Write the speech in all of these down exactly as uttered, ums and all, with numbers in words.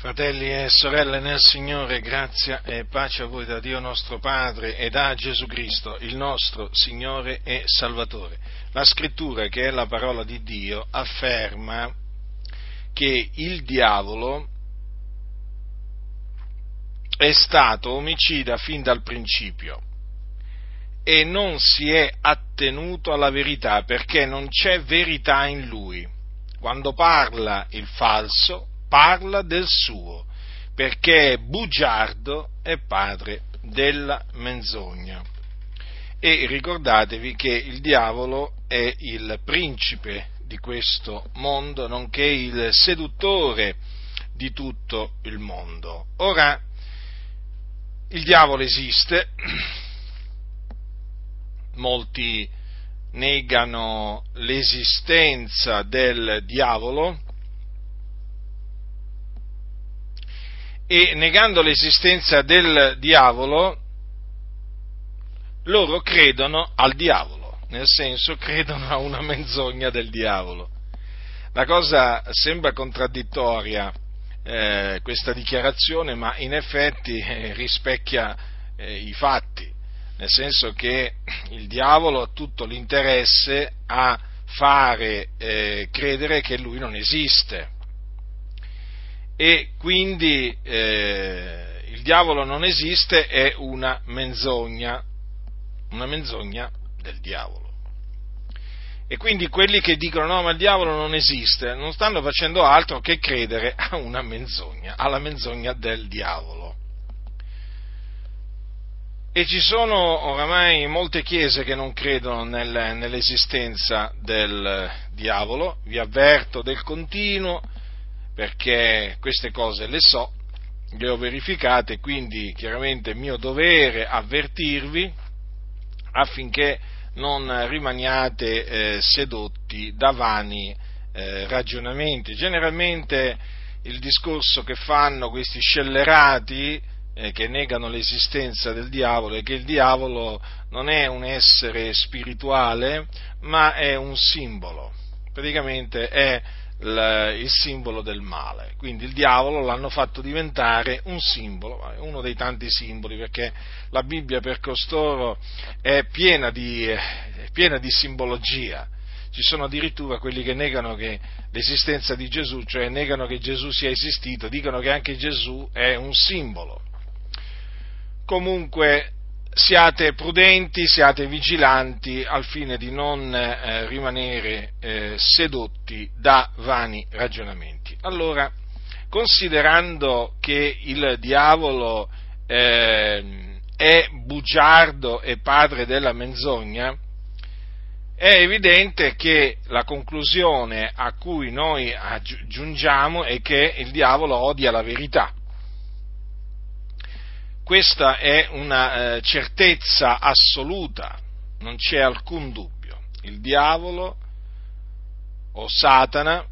Fratelli e sorelle nel Signore, grazia e pace a voi da Dio nostro Padre e da Gesù Cristo, il nostro Signore e Salvatore. La Scrittura, che è la parola di Dio, afferma che il diavolo è stato omicida fin dal principio e non si è attenuto alla verità perché non c'è verità in lui. Quando parla il falso, parla del suo, perché è bugiardo e padre della menzogna. E ricordatevi che il diavolo è il principe di questo mondo, nonché il seduttore di tutto il mondo. Ora, il diavolo esiste, molti negano l'esistenza del diavolo, e negando l'esistenza del diavolo loro credono al diavolo, nel senso credono a una menzogna del diavolo. La cosa sembra contraddittoria, eh, questa dichiarazione, ma in effetti eh, rispecchia eh, i fatti, nel senso che il diavolo ha tutto l'interesse a fare eh, credere che lui non esiste. E quindi eh, il diavolo non esiste è una menzogna, una menzogna del diavolo. E quindi quelli che dicono no, ma il diavolo non esiste, non stanno facendo altro che credere a una menzogna, alla menzogna del diavolo. E ci sono oramai molte chiese che non credono nel, nell'esistenza del diavolo, vi avverto del continuo, perché queste cose le so, le ho verificate, quindi chiaramente è mio dovere avvertirvi affinché non rimaniate eh, sedotti da vani eh, ragionamenti. Generalmente il discorso che fanno questi scellerati eh, che negano l'esistenza del diavolo è che il diavolo non è un essere spirituale, ma è un simbolo, praticamente è il simbolo del male. Quindi il diavolo l'hanno fatto diventare un simbolo, uno dei tanti simboli, perché la Bibbia per costoro è piena di, è piena di simbologia. Ci sono addirittura quelli che negano che l'esistenza di Gesù, cioè negano che Gesù sia esistito, dicono che anche Gesù è un simbolo. Comunque siate prudenti, siate vigilanti al fine di non eh, rimanere eh, sedotti da vani ragionamenti. Allora, considerando che il diavolo eh, è bugiardo e padre della menzogna, è evidente che la conclusione a cui noi giungiamo è che il diavolo odia la verità. Questa è una eh, certezza assoluta, non c'è alcun dubbio. Il diavolo o Satana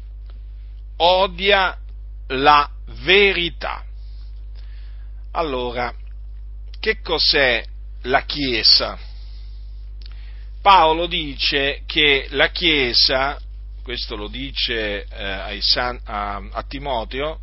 odia la verità. Allora, che cos'è la Chiesa? Paolo dice che la Chiesa, questo lo dice eh, ai San, a, a Timoteo,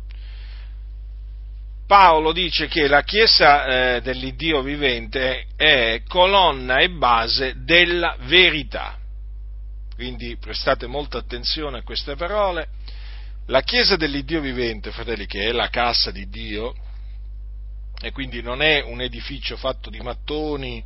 Paolo dice che la Chiesa eh, dell'Iddio vivente è colonna e base della verità. Quindi prestate molta attenzione a queste parole. La Chiesa dell'Iddio vivente, fratelli, che è la casa di Dio, e quindi non è un edificio fatto di mattoni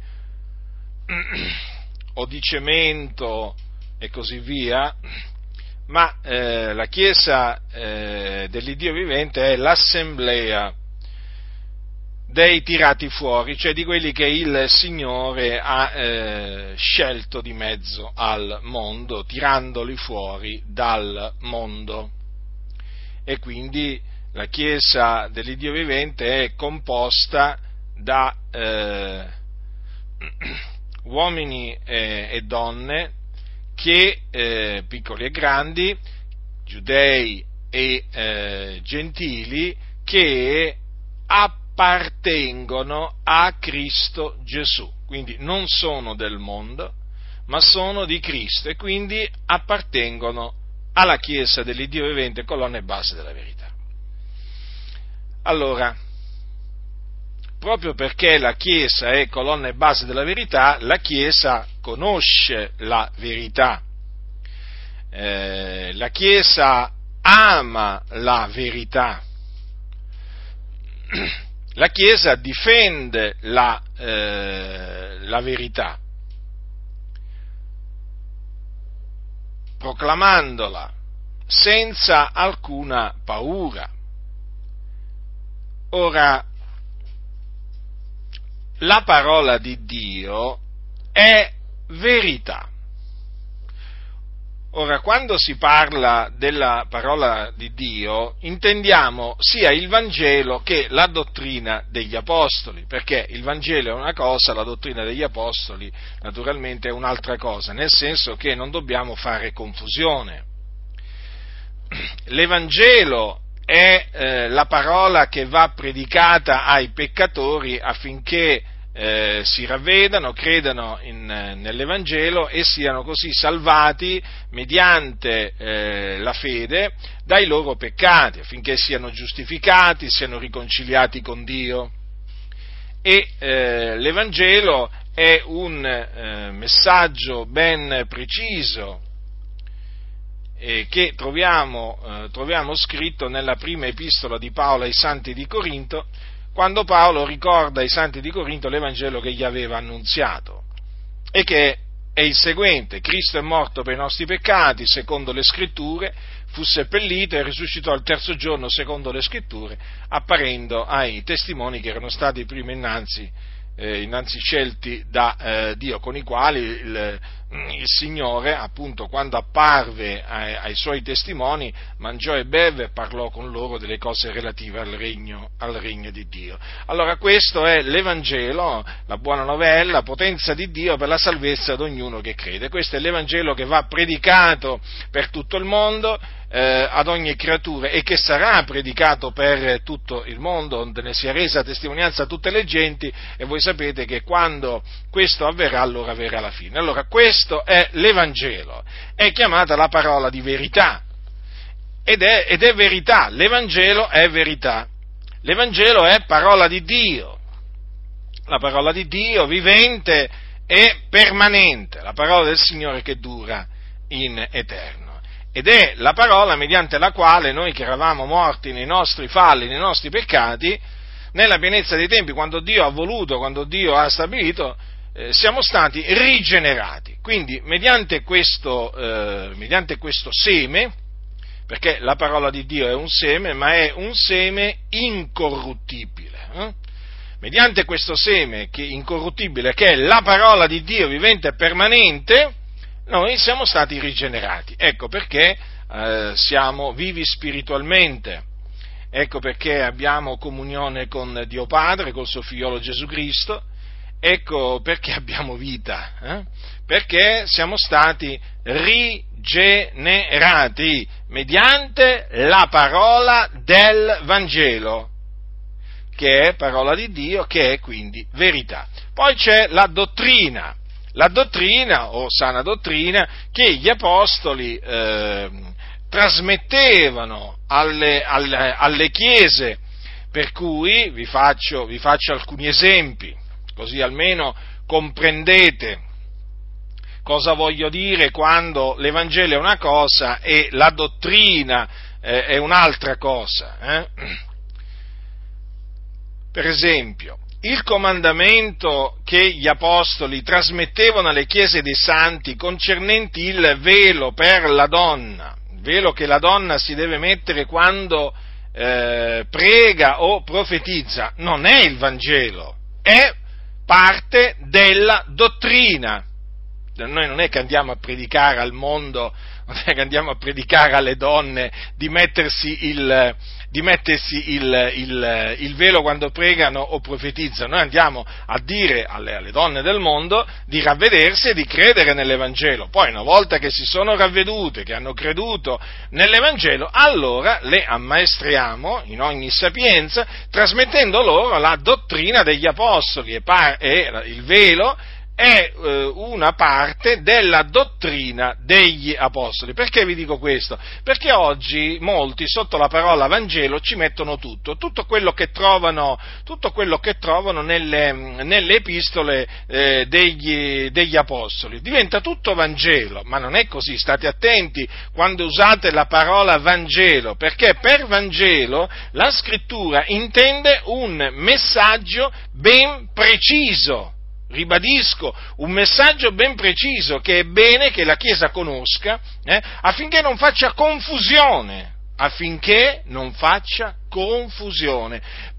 o di cemento e così via, ma eh, la Chiesa eh, dell'Iddio vivente è l'assemblea dei tirati fuori, cioè di quelli che il Signore ha eh, scelto di mezzo al mondo, tirandoli fuori dal mondo. E quindi la Chiesa dell'Iddio vivente è composta da eh, uomini e, e donne che, eh, piccoli e grandi, giudei e eh, gentili, che appartengono a Cristo Gesù, quindi non sono del mondo, ma sono di Cristo e quindi appartengono alla Chiesa dell'Iddio vivente, colonna e base della verità. Allora, proprio perché la Chiesa è colonna e base della verità, la Chiesa conosce la verità. Eh, la Chiesa ama la verità. La Chiesa difende la, eh, la verità, proclamandola senza alcuna paura. Ora, la parola di Dio è verità. Ora, quando si parla della parola di Dio, intendiamo sia il Vangelo che la dottrina degli Apostoli, perché il Vangelo è una cosa, la dottrina degli Apostoli naturalmente è un'altra cosa, nel senso che non dobbiamo fare confusione. L'Evangelo è eh, la parola che va predicata ai peccatori affinché eh, si ravvedano, credano in, nell'Evangelo e siano così salvati mediante eh, la fede dai loro peccati, affinché siano giustificati, siano riconciliati con Dio. E eh, l'Evangelo è un eh, messaggio ben preciso eh, che troviamo, eh, troviamo scritto nella prima epistola di Paolo ai Santi di Corinto, quando Paolo ricorda ai Santi di Corinto l'Evangelo che gli aveva annunziato, e che è il seguente: Cristo è morto per i nostri peccati, secondo le Scritture, fu seppellito e risuscitò il terzo giorno, secondo le Scritture, apparendo ai testimoni che erano stati prima innanzi, eh, innanzi scelti da eh, Dio, con i quali il, il Signore, appunto, quando apparve ai, ai suoi testimoni, mangiò e beve e parlò con loro delle cose relative al regno, al regno di Dio. Allora, questo è l'Evangelo, la buona novella, potenza di Dio per la salvezza di ognuno che crede. Questo è l'Evangelo che va predicato per tutto il mondo, eh, ad ogni creatura, e che sarà predicato per tutto il mondo, donde ne sia resa testimonianza a tutte le genti, e voi sapete che quando questo avverrà, allora verrà la fine. Allora, questo è l'Evangelo, è chiamata la parola di verità, ed è, ed è verità, l'Evangelo è verità, l'Evangelo è parola di Dio, la parola di Dio vivente e permanente, la parola del Signore che dura in eterno. Ed è la parola mediante la quale noi, che eravamo morti nei nostri falli, nei nostri peccati, nella pienezza dei tempi, quando Dio ha voluto, quando Dio ha stabilito, eh, siamo stati rigenerati. Quindi, mediante questo, eh, mediante questo seme, perché la parola di Dio è un seme, ma è un seme incorruttibile, eh? mediante questo seme che, incorruttibile, che è la parola di Dio vivente e permanente, noi siamo stati rigenerati. Ecco perché eh, siamo vivi spiritualmente, ecco perché abbiamo comunione con Dio Padre, col suo figliolo Gesù Cristo, ecco perché abbiamo vita, eh? perché siamo stati rigenerati mediante la parola del Vangelo, che è parola di Dio, che è quindi verità. Poi c'è la dottrina, la dottrina o sana dottrina che gli apostoli eh, trasmettevano alle, alle, alle chiese, per cui vi faccio, vi faccio alcuni esempi, così almeno comprendete cosa voglio dire quando l'Evangelo è una cosa e la dottrina eh, è un'altra cosa. Eh? Per esempio, il comandamento che gli apostoli trasmettevano alle chiese dei santi concernenti il velo per la donna, il velo che la donna si deve mettere quando eh, prega o profetizza, non è il Vangelo, è parte della dottrina. Noi non è che andiamo a predicare al mondo, non è che andiamo a predicare alle donne di mettersi il, di mettersi il, il, il velo quando pregano o profetizzano. Noi andiamo a dire alle, alle donne del mondo di ravvedersi e di credere nell'Evangelo. Poi, una volta che si sono ravvedute, che hanno creduto nell'Evangelo, allora le ammaestriamo in ogni sapienza, trasmettendo loro la dottrina degli apostoli, e, par- e il velo è eh, una parte della dottrina degli apostoli. Perché vi dico questo? Perché oggi molti sotto la parola Vangelo ci mettono tutto, tutto quello che trovano, tutto quello che trovano nelle, nelle epistole eh, degli, degli apostoli. Diventa tutto Vangelo, ma non è così, state attenti quando usate la parola Vangelo, perché per Vangelo la scrittura intende un messaggio ben preciso. Ribadisco, un messaggio ben preciso che è bene che la Chiesa conosca eh, affinché non faccia confusione, affinché non faccia confusione,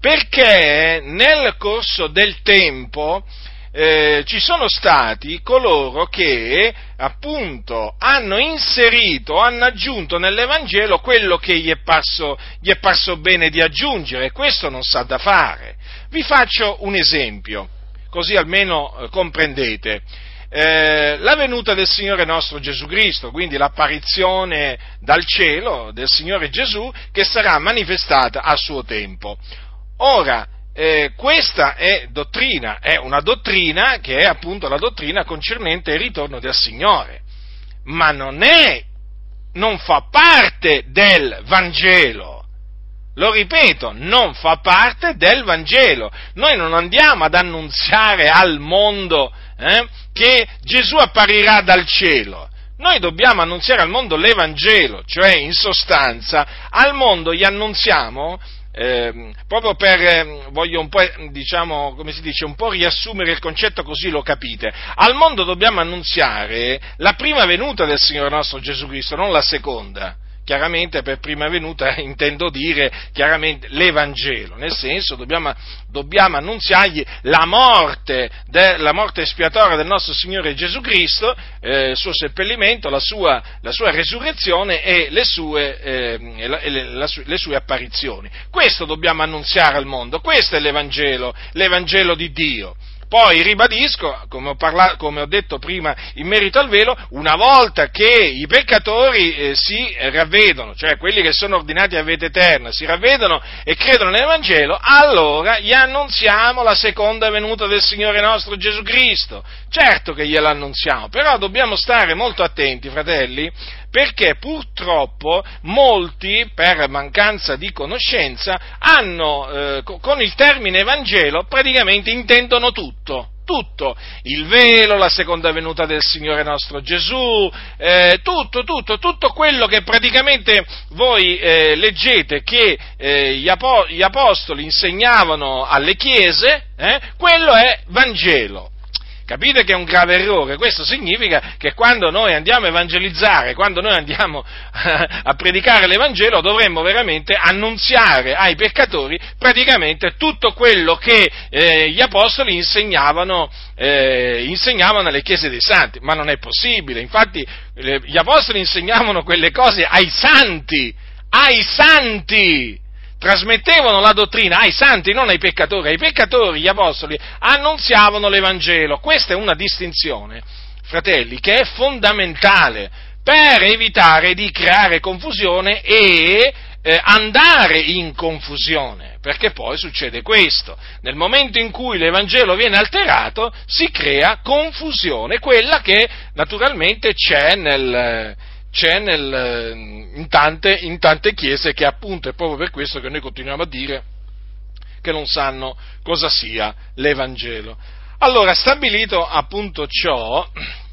perché nel corso del tempo eh, ci sono stati coloro che appunto hanno inserito, hanno aggiunto nell'Evangelo quello che gli è parso, gli è parso bene di aggiungere, e questo non s'ha da fare. Vi faccio un esempio, così almeno eh, comprendete. Eh, la venuta del Signore nostro Gesù Cristo, quindi l'apparizione dal cielo del Signore Gesù, che sarà manifestata a suo tempo. Ora, eh, questa è dottrina, è una dottrina che è appunto la dottrina concernente il ritorno del Signore, ma non è, non fa parte del Vangelo. Lo ripeto, non fa parte del Vangelo. Noi non andiamo ad annunziare al mondo eh, che Gesù apparirà dal cielo. Noi dobbiamo annunziare al mondo l'Evangelo, cioè in sostanza al mondo gli annunziamo, eh, proprio per, eh, voglio un po', diciamo, come si dice, un po' riassumere il concetto così lo capite, al mondo dobbiamo annunziare la prima venuta del Signore nostro Gesù Cristo, non la seconda. Chiaramente per prima venuta intendo dire chiaramente l'Evangelo, nel senso dobbiamo, dobbiamo annunziargli la morte, de, la morte espiatoria del nostro Signore Gesù Cristo, eh, il suo seppellimento, la sua, la sua resurrezione e le sue, eh, le, le, la, le sue apparizioni. Questo dobbiamo annunziare al mondo, questo è l'Evangelo, l'Evangelo di Dio. Poi ribadisco, come ho, parlato, come ho detto prima in merito al velo, una volta che i peccatori eh, si ravvedono, cioè quelli che sono ordinati a vita eterna, si ravvedono e credono nell'Evangelo, allora gli annunziamo la seconda venuta del Signore nostro Gesù Cristo. Certo che gliela annunziamo, però dobbiamo stare molto attenti, fratelli, perché purtroppo molti, per mancanza di conoscenza, hanno, eh, con il termine Vangelo, praticamente intendono tutto, tutto, il velo, la seconda venuta del Signore nostro Gesù, eh, tutto, tutto, tutto quello che praticamente voi eh, leggete che eh, gli, apo- gli apostoli insegnavano alle chiese, eh, quello è Vangelo. Capite che è un grave errore? Questo significa che quando noi andiamo a evangelizzare, quando noi andiamo a predicare l'Evangelo, dovremmo veramente annunziare ai peccatori praticamente tutto quello che eh, gli apostoli insegnavano, eh, insegnavano alle chiese dei santi, ma non è possibile. Infatti eh, gli apostoli insegnavano quelle cose ai santi, ai santi! Trasmettevano la dottrina ai santi, non ai peccatori. Ai peccatori gli apostoli annunziavano l'Evangelo. Questa è una distinzione, fratelli, che è fondamentale per evitare di creare confusione e eh, andare in confusione, perché poi succede questo: nel momento in cui l'Evangelo viene alterato si crea confusione, quella che naturalmente c'è nel c'è nel, in, tante, in tante chiese, che appunto è proprio per questo che noi continuiamo a dire che non sanno cosa sia l'Evangelo. Allora, stabilito appunto ciò,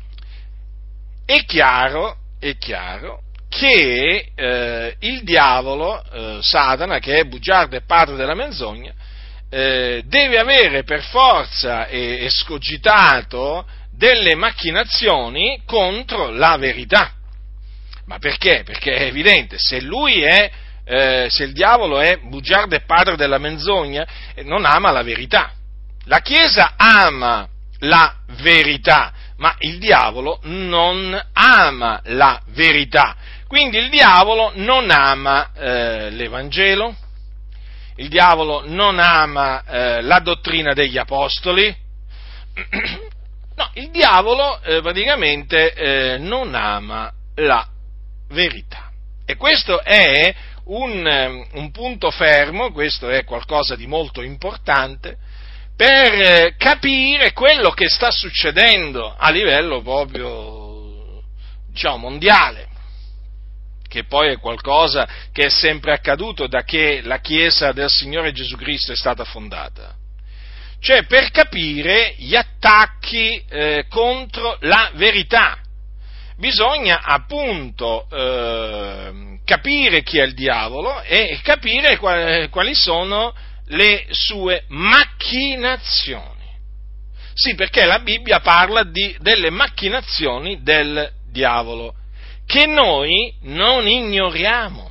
è chiaro, è chiaro che eh, il diavolo, eh, Satana, che è bugiardo e padre della menzogna, eh, deve avere per forza eh, escogitato delle macchinazioni contro la verità. Ma perché? Perché è evidente, se lui è, eh, se il diavolo è bugiardo e padre della menzogna, eh, non ama la verità. La Chiesa ama la verità, ma il diavolo non ama la verità. Quindi il diavolo non ama eh, l'Evangelo, il diavolo non ama eh, la dottrina degli apostoli. No, il diavolo eh, praticamente eh, non ama la verità. E questo è un, un punto fermo, questo è qualcosa di molto importante, per capire quello che sta succedendo a livello proprio, diciamo, mondiale, che poi è qualcosa che è sempre accaduto da che la Chiesa del Signore Gesù Cristo è stata fondata. Cioè per capire gli attacchi eh, contro la verità. Bisogna appunto eh, capire chi è il diavolo e capire quali, quali sono le sue macchinazioni. Sì, perché la Bibbia parla di, delle macchinazioni del diavolo, che noi non ignoriamo.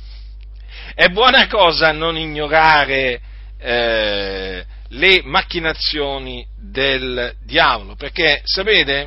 È buona cosa non ignorare eh, le macchinazioni del diavolo, perché, sapete,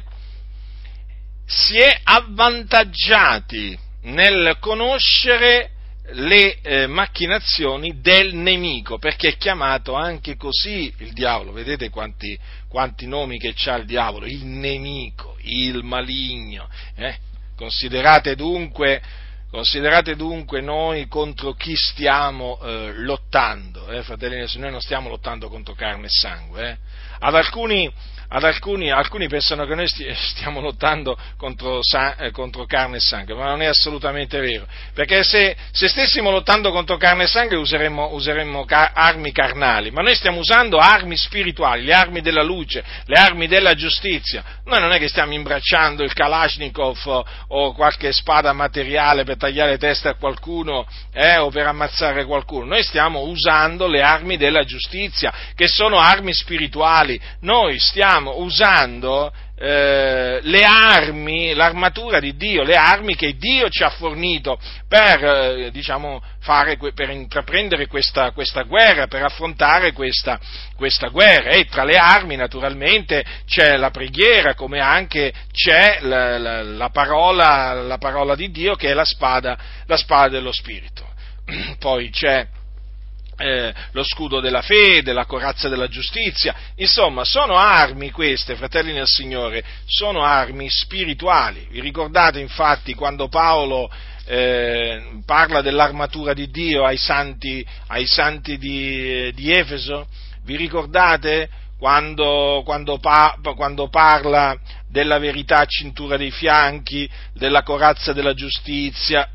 si è avvantaggiati nel conoscere le eh, macchinazioni del nemico, perché è chiamato anche così il diavolo. Vedete quanti, quanti nomi che c'ha il diavolo: il nemico, il maligno. Eh? Considerate dunque, considerate dunque noi contro chi stiamo eh, lottando, eh, fratelli, noi non stiamo lottando contro carne e sangue. Eh? Ad alcuni Ad alcuni, alcuni pensano che noi stiamo lottando contro, eh, contro carne e sangue, ma non è assolutamente vero, perché se, se stessimo lottando contro carne e sangue useremmo, useremmo car- armi carnali, ma noi stiamo usando armi spirituali, le armi della luce, le armi della giustizia. Noi non è che stiamo imbracciando il Kalashnikov o, o qualche spada materiale per tagliare testa a qualcuno eh, o per ammazzare qualcuno. Noi stiamo usando le armi della giustizia, che sono armi spirituali. Noi stiamo usando eh, le armi, l'armatura di Dio, le armi che Dio ci ha fornito per, eh, diciamo, fare, per intraprendere questa, questa guerra, per affrontare questa, questa guerra. E tra le armi, naturalmente, c'è la preghiera, come anche c'è la, la, la, parola, la parola di Dio, che è la spada, la spada dello Spirito. Poi c'è Eh, lo scudo della fede, la corazza della giustizia. Insomma, sono armi queste, fratelli nel Signore, sono armi spirituali. Vi ricordate infatti quando Paolo eh, parla dell'armatura di Dio ai santi, ai santi di, di Efeso? Vi ricordate quando, quando, pa, quando parla della verità a cintura dei fianchi, della corazza della giustizia?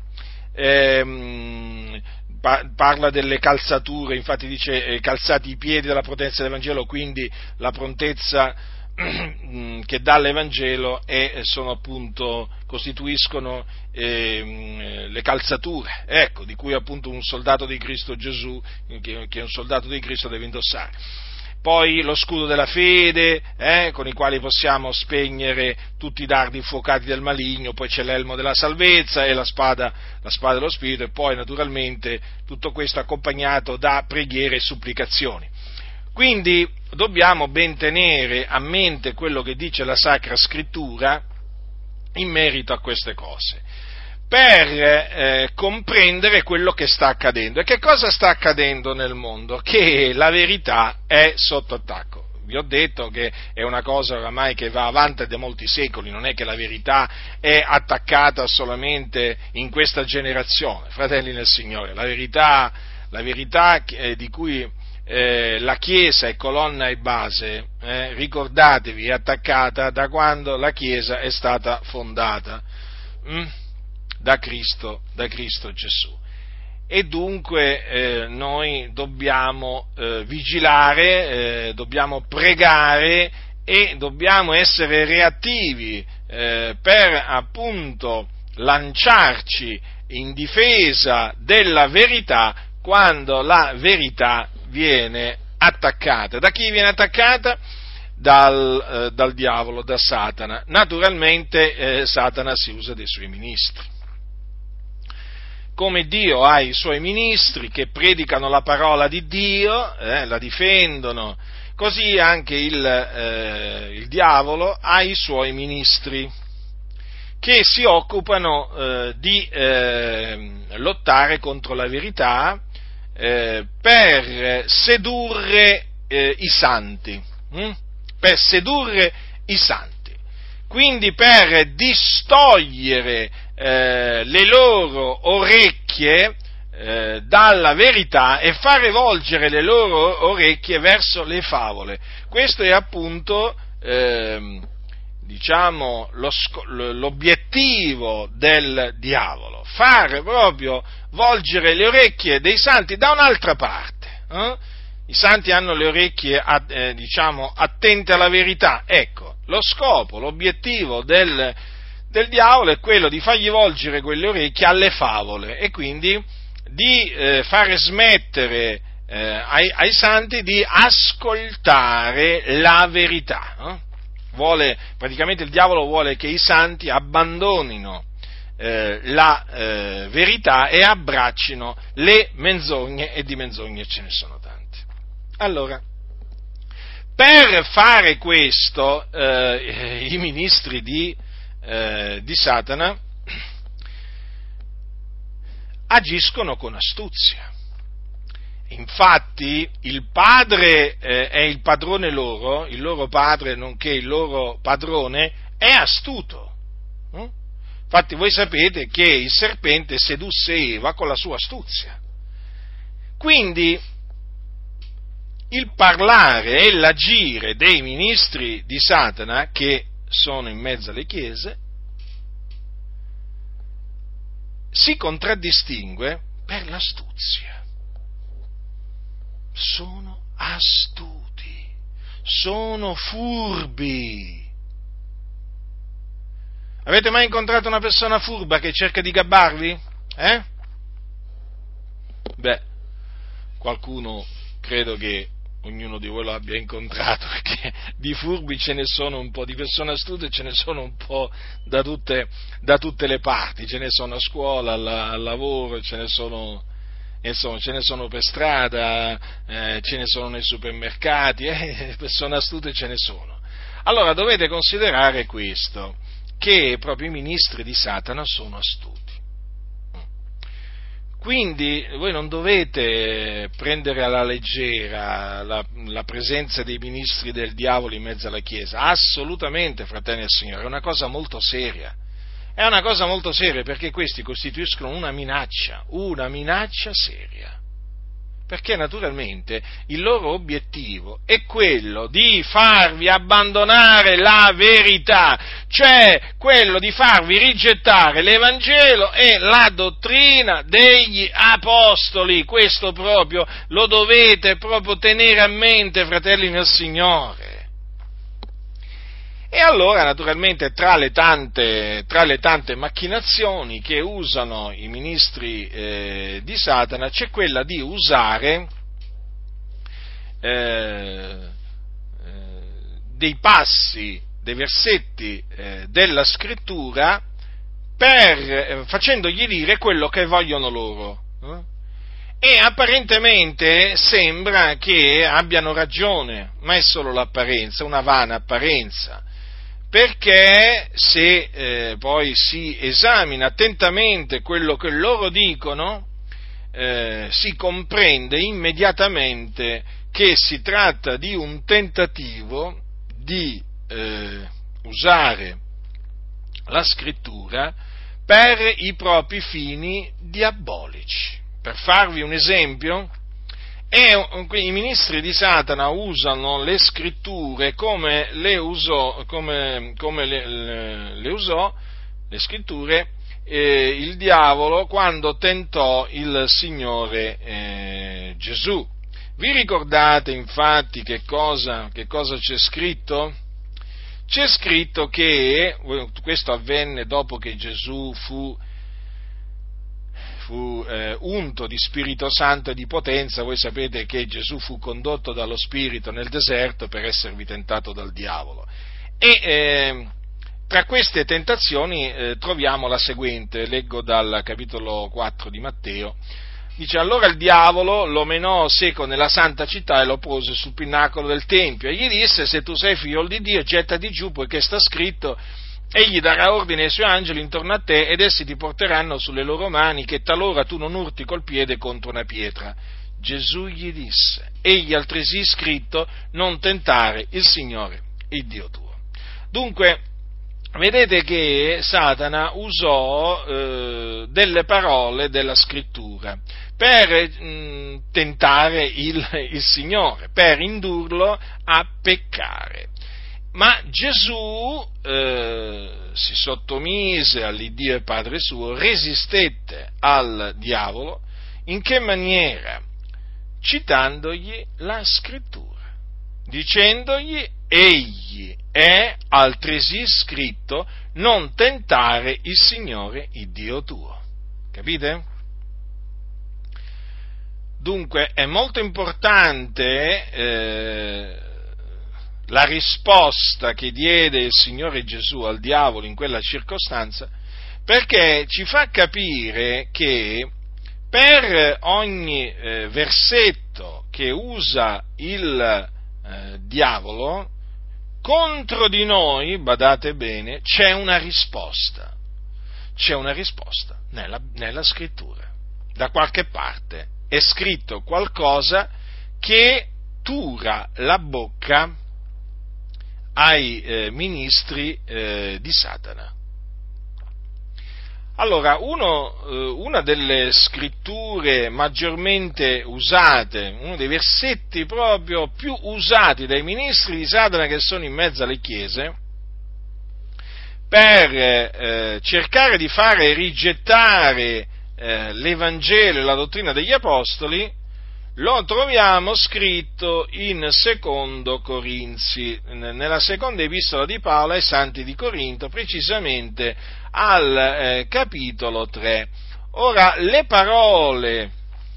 ehm, Parla delle calzature, infatti dice eh, calzati i piedi dalla potenza dell'Evangelo, quindi la prontezza che dà l'Evangelo e sono appunto, costituiscono eh, le calzature, ecco, di cui appunto un soldato di Cristo Gesù, che, che un soldato di Cristo deve indossare. Poi lo scudo della fede, eh, con i quali possiamo spegnere tutti i dardi infuocati del maligno, poi c'è l'elmo della salvezza e la spada, la spada dello Spirito, e poi naturalmente tutto questo accompagnato da preghiere e supplicazioni. Quindi dobbiamo ben tenere a mente quello che dice la Sacra Scrittura in merito a queste cose, per eh, comprendere quello che sta accadendo. E che cosa sta accadendo nel mondo? Che la verità è sotto attacco. Vi ho detto che è una cosa oramai che va avanti da molti secoli, non è che la verità è attaccata solamente in questa generazione, fratelli nel Signore. La verità, la verità eh, di cui eh, la Chiesa è colonna e base, eh, ricordatevi, è attaccata da quando la Chiesa è stata fondata. Mm? Da Cristo, da Cristo Gesù. E dunque eh, noi dobbiamo eh, vigilare, eh, dobbiamo pregare e dobbiamo essere reattivi eh, per appunto lanciarci in difesa della verità quando la verità viene attaccata. Da chi viene attaccata? Dal, eh, dal diavolo, da Satana. Naturalmente eh, Satana si usa dei suoi ministri. Come Dio ha i suoi ministri che predicano la parola di Dio, eh, la difendono, così anche il, eh, il diavolo ha i suoi ministri che si occupano eh, di eh, lottare contro la verità eh, per sedurre eh, i santi, hm? per sedurre i santi, quindi per distogliere Eh, le loro orecchie eh, dalla verità e fare volgere le loro orecchie verso le favole. Questo è appunto, eh, diciamo, lo, l'obiettivo del diavolo, fare proprio volgere le orecchie dei santi da un'altra parte. Eh? I santi hanno le orecchie, eh, diciamo, attente alla verità. Ecco, lo scopo, l'obiettivo del, del diavolo è quello di fargli volgere quelle orecchie alle favole e quindi di eh, fare smettere eh, ai, ai santi di ascoltare la verità. Eh? Vuole, praticamente il diavolo vuole che i santi abbandonino eh, la eh, verità e abbraccino le menzogne, e di menzogne ce ne sono tante. Allora, per fare questo, eh, i ministri di, eh, di Satana agiscono con astuzia. Infatti, il padre eh, è il padrone loro, il loro padre, nonché il loro padrone, è astuto. Mm? Infatti, voi sapete che il serpente sedusse Eva con la sua astuzia. Quindi, il parlare e l'agire dei ministri di Satana, che sono in mezzo alle chiese, si contraddistingue per l'astuzia. Sono astuti, sono furbi. Avete mai incontrato una persona furba che cerca di gabbarvi? Eh? Beh, qualcuno credo che ognuno di voi lo abbia incontrato, perché di furbi ce ne sono un po', di persone astute ce ne sono un po' da tutte, da tutte le parti, ce ne sono a scuola, al, al lavoro, ce ne sono, insomma, ce ne sono per strada, eh, ce ne sono nei supermercati, eh, persone astute ce ne sono. Allora dovete considerare questo, che proprio i ministri di Satana sono astuti. Quindi voi non dovete prendere alla leggera la, la presenza dei ministri del diavolo in mezzo alla Chiesa, assolutamente, fratelli del Signore, è una cosa molto seria, è una cosa molto seria perché questi costituiscono una minaccia, una minaccia seria. Perché naturalmente il loro obiettivo è quello di farvi abbandonare la verità, cioè quello di farvi rigettare l'Evangelo e la dottrina degli apostoli. Questo proprio lo dovete proprio tenere a mente, fratelli nel Signore. E allora, naturalmente, tra le tante, tra le tante macchinazioni che usano i ministri eh, di Satana, c'è quella di usare eh, eh, dei passi, dei versetti eh, della Scrittura, per, eh, facendogli dire quello che vogliono loro. Eh? E apparentemente sembra che abbiano ragione, ma è solo l'apparenza, una vana apparenza. Perché se eh, poi si esamina attentamente quello che loro dicono, eh, si comprende immediatamente che si tratta di un tentativo di eh, usare la Scrittura per i propri fini diabolici. Per farvi un esempio, E i ministri di Satana usano le scritture come le usò, come, come le, le, le usò le scritture eh, il diavolo quando tentò il Signore eh, Gesù. Vi ricordate infatti che cosa, che cosa c'è scritto? C'è scritto che questo avvenne dopo che Gesù fu fu eh, unto di Spirito Santo e di potenza. Voi sapete che Gesù fu condotto dallo Spirito nel deserto per esservi tentato dal diavolo. E eh, tra queste tentazioni eh, troviamo la seguente, leggo dal capitolo quattro di Matteo. Dice: allora il diavolo lo menò seco nella santa città e lo pose sul pinnacolo del tempio e gli disse: se tu sei figlio di Dio, gettati giù, poiché sta scritto: egli darà ordine ai suoi angeli intorno a te ed essi ti porteranno sulle loro mani, che talora tu non urti col piede contro una pietra. Gesù gli disse: egli altresì scritto: non tentare il Signore, il Dio tuo. Dunque, vedete che Satana usò eh, delle parole della Scrittura per mh, tentare il, il Signore, per indurlo a peccare. Ma Gesù eh, si sottomise all'Iddio e Padre suo, resistette al diavolo, in che maniera? Citandogli la Scrittura, dicendogli: egli è altresì scritto, non tentare il Signore il Dio tuo. Capite? Dunque è molto importante eh, la risposta che diede il Signore Gesù al diavolo in quella circostanza, perché ci fa capire che per ogni eh, versetto che usa il eh, diavolo contro di noi, badate bene, c'è una risposta, c'è una risposta nella, nella Scrittura. Da qualche parte è scritto qualcosa che tura la bocca ai eh, ministri eh, di Satana. Allora, uno, eh, una delle scritture maggiormente usate, uno dei versetti proprio più usati dai ministri di Satana che sono in mezzo alle chiese, per eh, cercare di fare rigettare eh, l'Evangelo e la dottrina degli Apostoli, lo troviamo scritto in Secondo Corinzi, nella seconda epistola di Paolo ai Santi di Corinto, precisamente al eh, capitolo tre. Ora, le parole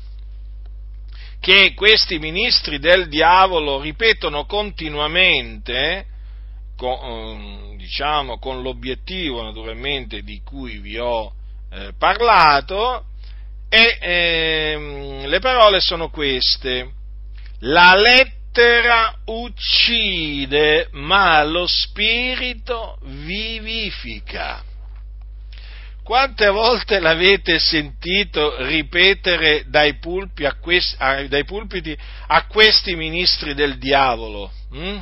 che questi ministri del diavolo ripetono continuamente, con, diciamo, con l'obiettivo naturalmente di cui vi ho eh, parlato, e ehm, le parole sono queste: la lettera uccide, ma lo spirito vivifica. Quante volte l'avete sentito ripetere dai, pulpi a questi, dai pulpiti a questi ministri del diavolo? Hm?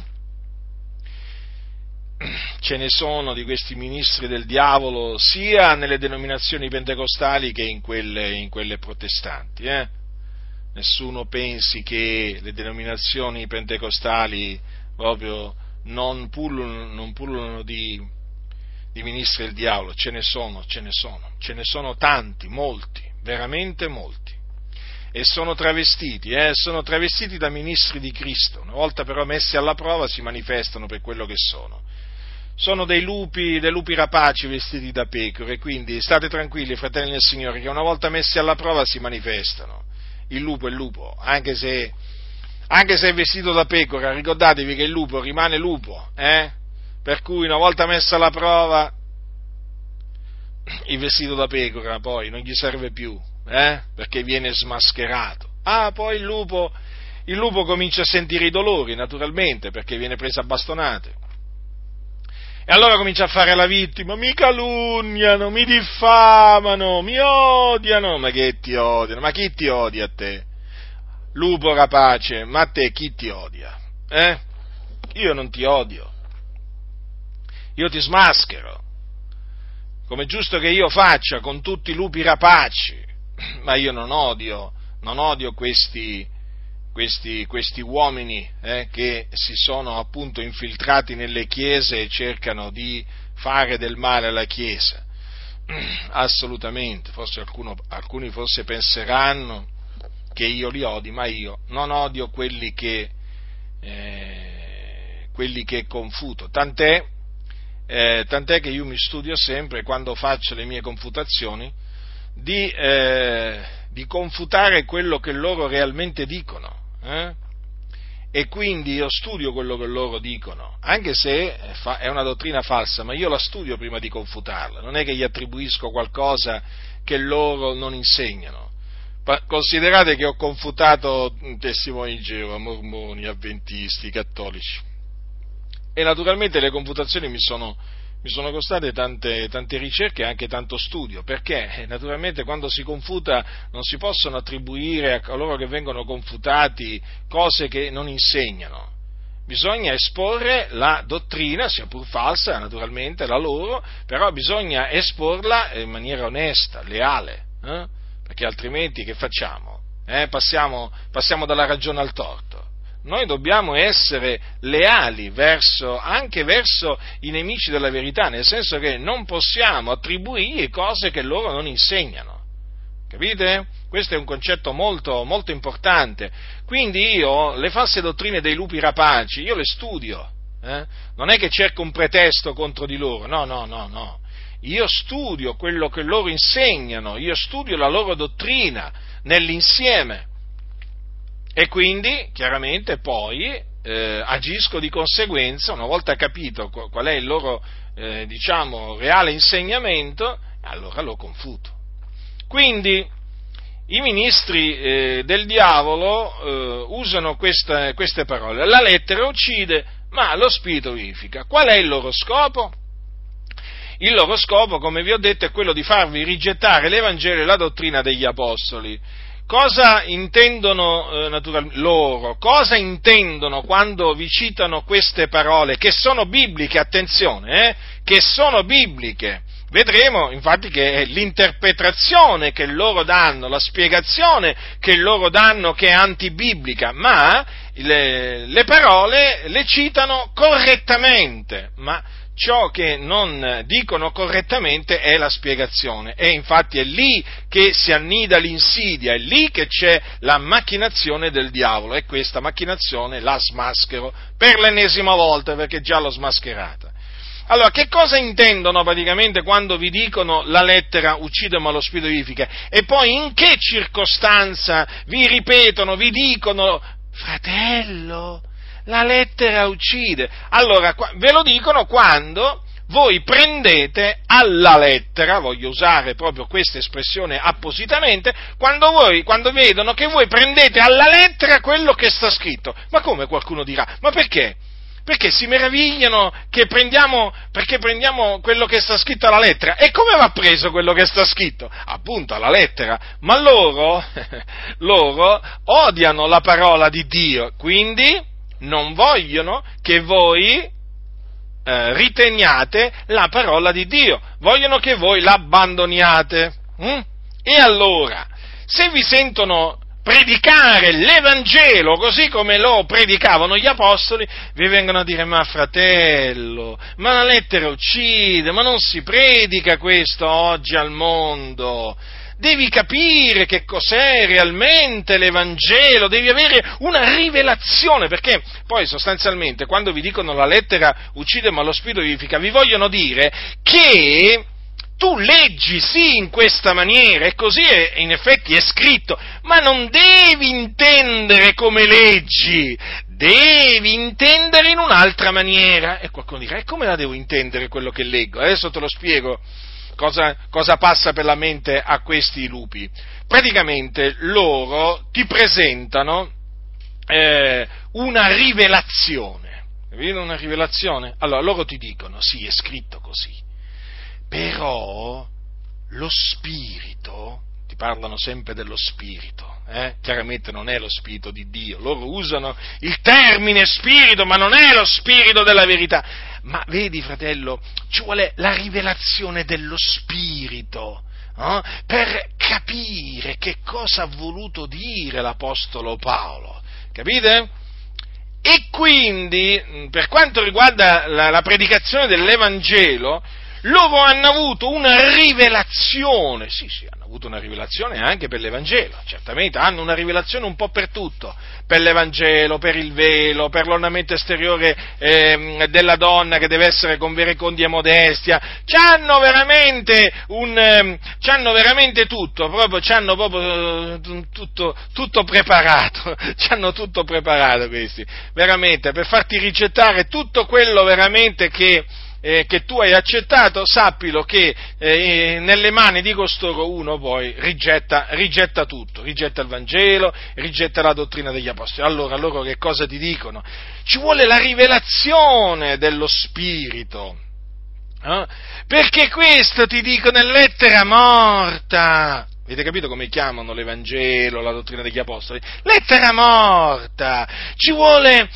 Ce ne sono di questi ministri del diavolo sia nelle denominazioni pentecostali che in quelle, in quelle protestanti. Eh? Nessuno pensi che le denominazioni pentecostali proprio non pullulano, non pullulano di, di ministri del diavolo. Ce ne sono, ce ne sono, ce ne sono tanti, molti, veramente molti. E sono travestiti, eh? sono travestiti da ministri di Cristo. Una volta però messi alla prova si manifestano per quello che sono. Sono dei lupi, dei lupi rapaci vestiti da pecore, quindi state tranquilli, fratelli del Signore, che una volta messi alla prova si manifestano. Il lupo è il lupo, anche se, anche se è vestito da pecora, ricordatevi che il lupo rimane lupo, eh? Per cui una volta messa alla prova, il vestito da pecora poi non gli serve più, eh? Perché viene smascherato. Ah, poi il lupo, il lupo comincia a sentire i dolori, naturalmente, perché viene preso a bastonate. E allora comincia a fare la vittima: mi calunniano, mi diffamano, mi odiano. Ma che ti odiano? Ma chi ti odia a te? Lupo rapace, ma a te chi ti odia? Eh? Io non ti odio. Io ti smaschero, come è giusto che io faccia con tutti i lupi rapaci, ma io non odio, non odio questi Questi, questi uomini eh, che si sono appunto infiltrati nelle chiese e cercano di fare del male alla Chiesa. Assolutamente, forse alcuno, alcuni forse penseranno che io li odi, ma io non odio quelli che, eh, quelli che confuto, tant'è, eh, tant'è che io mi studio sempre, quando faccio le mie confutazioni, di, eh, di confutare quello che loro realmente dicono. Eh? E quindi io studio quello che loro dicono, anche se è una dottrina falsa, ma io la studio prima di confutarla, non è che gli attribuisco qualcosa che loro non insegnano. Considerate che ho confutato testimoni di Geova, mormoni, avventisti, cattolici, e naturalmente le confutazioni mi sono Mi sono costate tante, tante ricerche e anche tanto studio, perché naturalmente quando si confuta non si possono attribuire a coloro che vengono confutati cose che non insegnano. bisogna esporre la dottrina, sia pur falsa, naturalmente, la loro, però bisogna esporla in maniera onesta, leale, eh? Perché altrimenti che facciamo? Eh? Passiamo, passiamo dalla ragione al torto. Noi dobbiamo essere leali verso, anche verso i nemici della verità, nel senso che non possiamo attribuire cose che loro non insegnano. Capite? Questo è un concetto molto, molto importante. Quindi io le false dottrine dei lupi rapaci, io le studio. Eh? Non è che cerco un pretesto contro di loro, no, no, no, no. Io studio quello che loro insegnano, io studio la loro dottrina nell'insieme. E quindi, chiaramente, poi eh, agisco di conseguenza, una volta capito qual è il loro, eh, diciamo, reale insegnamento, allora lo confuto. Quindi, i ministri eh, del diavolo eh, usano queste, queste parole. La lettera uccide, ma lo spirito vivifica. Qual è il loro scopo? Il loro scopo, come vi ho detto, è quello di farvi rigettare l'Evangelo e la dottrina degli apostoli. Cosa intendono eh, naturalmente loro? Cosa intendono quando vi citano queste parole? Che sono bibliche, attenzione, eh? Che sono bibliche. Vedremo infatti che è l'interpretazione che loro danno, la spiegazione che loro danno che è antibiblica, ma le, le parole le citano correttamente, ma ciò che non dicono correttamente è la spiegazione, e infatti è lì che si annida l'insidia, è lì che c'è la macchinazione del diavolo, e questa macchinazione la smaschero per l'ennesima volta, perché già l'ho smascherata. Allora, che cosa intendono praticamente quando vi dicono la lettera uccide ma lo spirito vivifica? E poi in che circostanza vi ripetono, vi dicono, fratello, la lettera uccide? Allora, ve lo dicono quando voi prendete alla lettera, voglio usare proprio questa espressione appositamente, quando voi, quando vedono che voi prendete alla lettera quello che sta scritto. Ma come, qualcuno dirà? Ma perché? Perché si meravigliano che prendiamo, perché prendiamo quello che sta scritto alla lettera. E come va preso quello che sta scritto? Appunto, alla lettera. Ma loro, loro odiano la parola di Dio, quindi non vogliono che voi eh, riteniate la parola di Dio, vogliono che voi l'abbandoniate. Mm? E allora, se vi sentono predicare l'Evangelo così come lo predicavano gli apostoli, vi vengono a dire: ma fratello, ma la lettera uccide, ma non si predica questo oggi al mondo. Devi capire che cos'è realmente l'Evangelo, devi avere una rivelazione, perché poi sostanzialmente quando vi dicono la lettera uccide ma lo spirito vivifica, vi vogliono dire che tu leggi sì in questa maniera, e così è, in effetti è scritto, ma non devi intendere come leggi, devi intendere in un'altra maniera. E qualcuno dirà: e come la devo intendere quello che leggo? Adesso te lo spiego cosa, cosa passa per la mente a questi lupi. Praticamente loro ti presentano eh, una rivelazione, capite? Una rivelazione? Allora loro ti dicono: sì, è scritto così. Però lo spirito, ti parlano sempre dello spirito, eh? Chiaramente non è lo spirito di Dio, loro usano il termine spirito, ma non è lo spirito della verità. Ma vedi, fratello, ci vuole la rivelazione dello spirito, eh? Per capire che cosa ha voluto dire l'Apostolo Paolo, capite? E quindi, per quanto riguarda la, la predicazione dell'Evangelo, loro hanno avuto una rivelazione, sì sì, hanno avuto una rivelazione anche per l'Evangelo, certamente, hanno una rivelazione un po' per tutto, per l'Evangelo, per il velo, per l'ornamento esteriore eh, della donna che deve essere con verecondia e modestia, c'hanno veramente un, eh, c'hanno veramente tutto, proprio, c'hanno proprio eh, tutto, tutto preparato, c'hanno tutto preparato questi, veramente, per farti rigettare tutto quello veramente che Eh, che tu hai accettato, sappilo che eh, nelle mani di costoro uno poi rigetta, rigetta tutto, rigetta il Vangelo, rigetta la dottrina degli Apostoli. Allora loro che cosa ti dicono? Ci vuole la rivelazione dello Spirito, eh? Perché questo ti dicono è lettera morta. Avete capito come chiamano l'Evangelo, la dottrina degli Apostoli? Lettera morta! Ci vuole...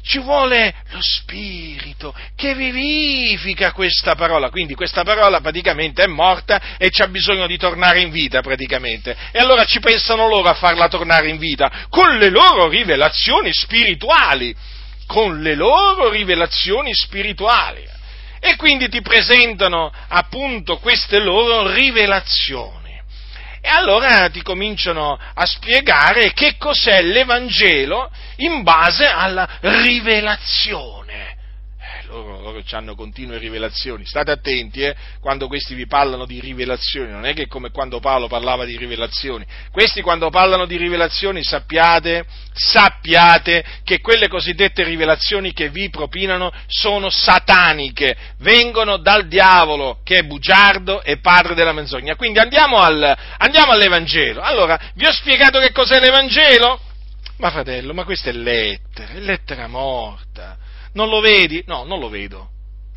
ci vuole lo Spirito che vivifica questa parola, quindi questa parola praticamente è morta e c'ha bisogno di tornare in vita praticamente, e allora ci pensano loro a farla tornare in vita con le loro rivelazioni spirituali, con le loro rivelazioni spirituali, e quindi ti presentano appunto queste loro rivelazioni. E allora ti cominciano a spiegare che cos'è l'Evangelo in base alla rivelazione. Eh, loro, loro hanno continue rivelazioni. State attenti, eh, quando questi vi parlano di rivelazioni, non è che come quando Paolo parlava di rivelazioni. Questi quando parlano di rivelazioni sappiate, sappiate che quelle cosiddette rivelazioni che vi propinano sono sataniche, vengono dal diavolo, che è bugiardo e padre della menzogna. Quindi andiamo, al, andiamo all'Evangelo. Allora, vi ho spiegato che cos'è l'Evangelo? Ma fratello, ma questa è lettera, è lettera morta. Non lo vedi? No, non lo vedo.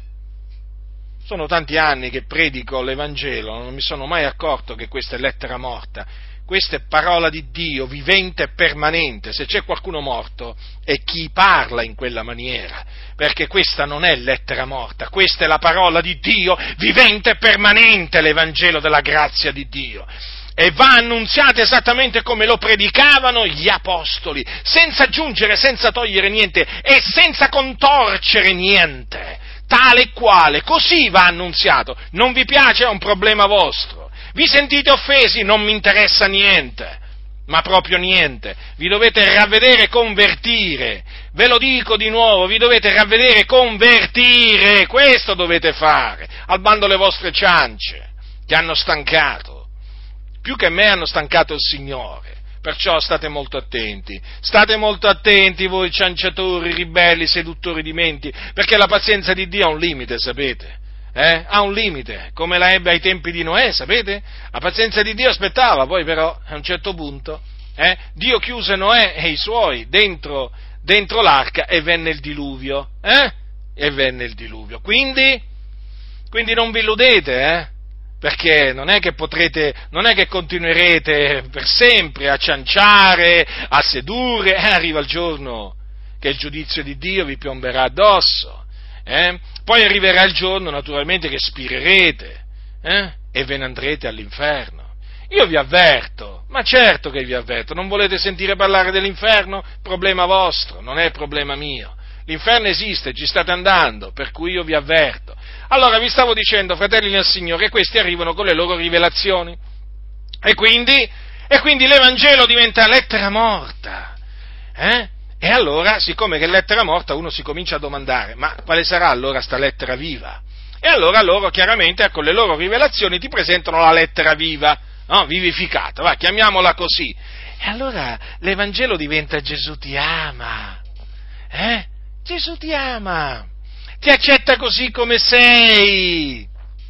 Sono tanti anni che predico l'Evangelo, non mi sono mai accorto che questa è lettera morta. Questa è parola di Dio, vivente e permanente. Se c'è qualcuno morto è chi parla in quella maniera, perché questa non è lettera morta, questa è la parola di Dio, vivente e permanente, l'Evangelo della grazia di Dio. E va annunziato esattamente come lo predicavano gli apostoli, senza aggiungere, senza togliere niente e senza contorcere niente, tale e quale, così va annunziato. Non vi piace? È un problema vostro. Vi sentite offesi? Non mi interessa niente, ma proprio niente. Vi dovete ravvedere e convertire, ve lo dico di nuovo, vi dovete ravvedere e convertire, questo dovete fare, al bando le vostre ciance, che hanno stancato. Più che me hanno stancato il Signore, perciò state molto attenti, state molto attenti voi cianciatori, ribelli, seduttori di menti, perché la pazienza di Dio ha un limite, sapete? Eh? Ha un limite, come la ebbe ai tempi di Noè, sapete? La pazienza di Dio aspettava, poi però a un certo punto eh, Dio chiuse Noè e i suoi dentro, dentro l'arca e venne il diluvio, eh? E venne il diluvio, quindi, quindi non vi illudete, eh? Perché non è che potrete, non è che continuerete per sempre a cianciare, a sedurre, eh, arriva il giorno che il giudizio di Dio vi piomberà addosso, eh? Poi arriverà il giorno naturalmente che spirerete, eh? E ve ne andrete all'inferno. Io vi avverto, ma certo che vi avverto, non volete sentire parlare dell'inferno? Problema vostro, non è problema mio. L'inferno esiste, ci state andando, per cui io vi avverto. Allora vi stavo dicendo, fratelli nel Signore, che questi arrivano con le loro rivelazioni, e quindi, e quindi l'Evangelo diventa lettera morta, eh? E allora, siccome che è lettera morta, uno si comincia a domandare, ma quale sarà allora sta lettera viva? E allora loro chiaramente con le loro rivelazioni ti presentano la lettera viva, no? Vivificata, va, chiamiamola così. E allora l'Evangelo diventa Gesù ti ama, eh? Gesù ti ama, ti accetta così come sei.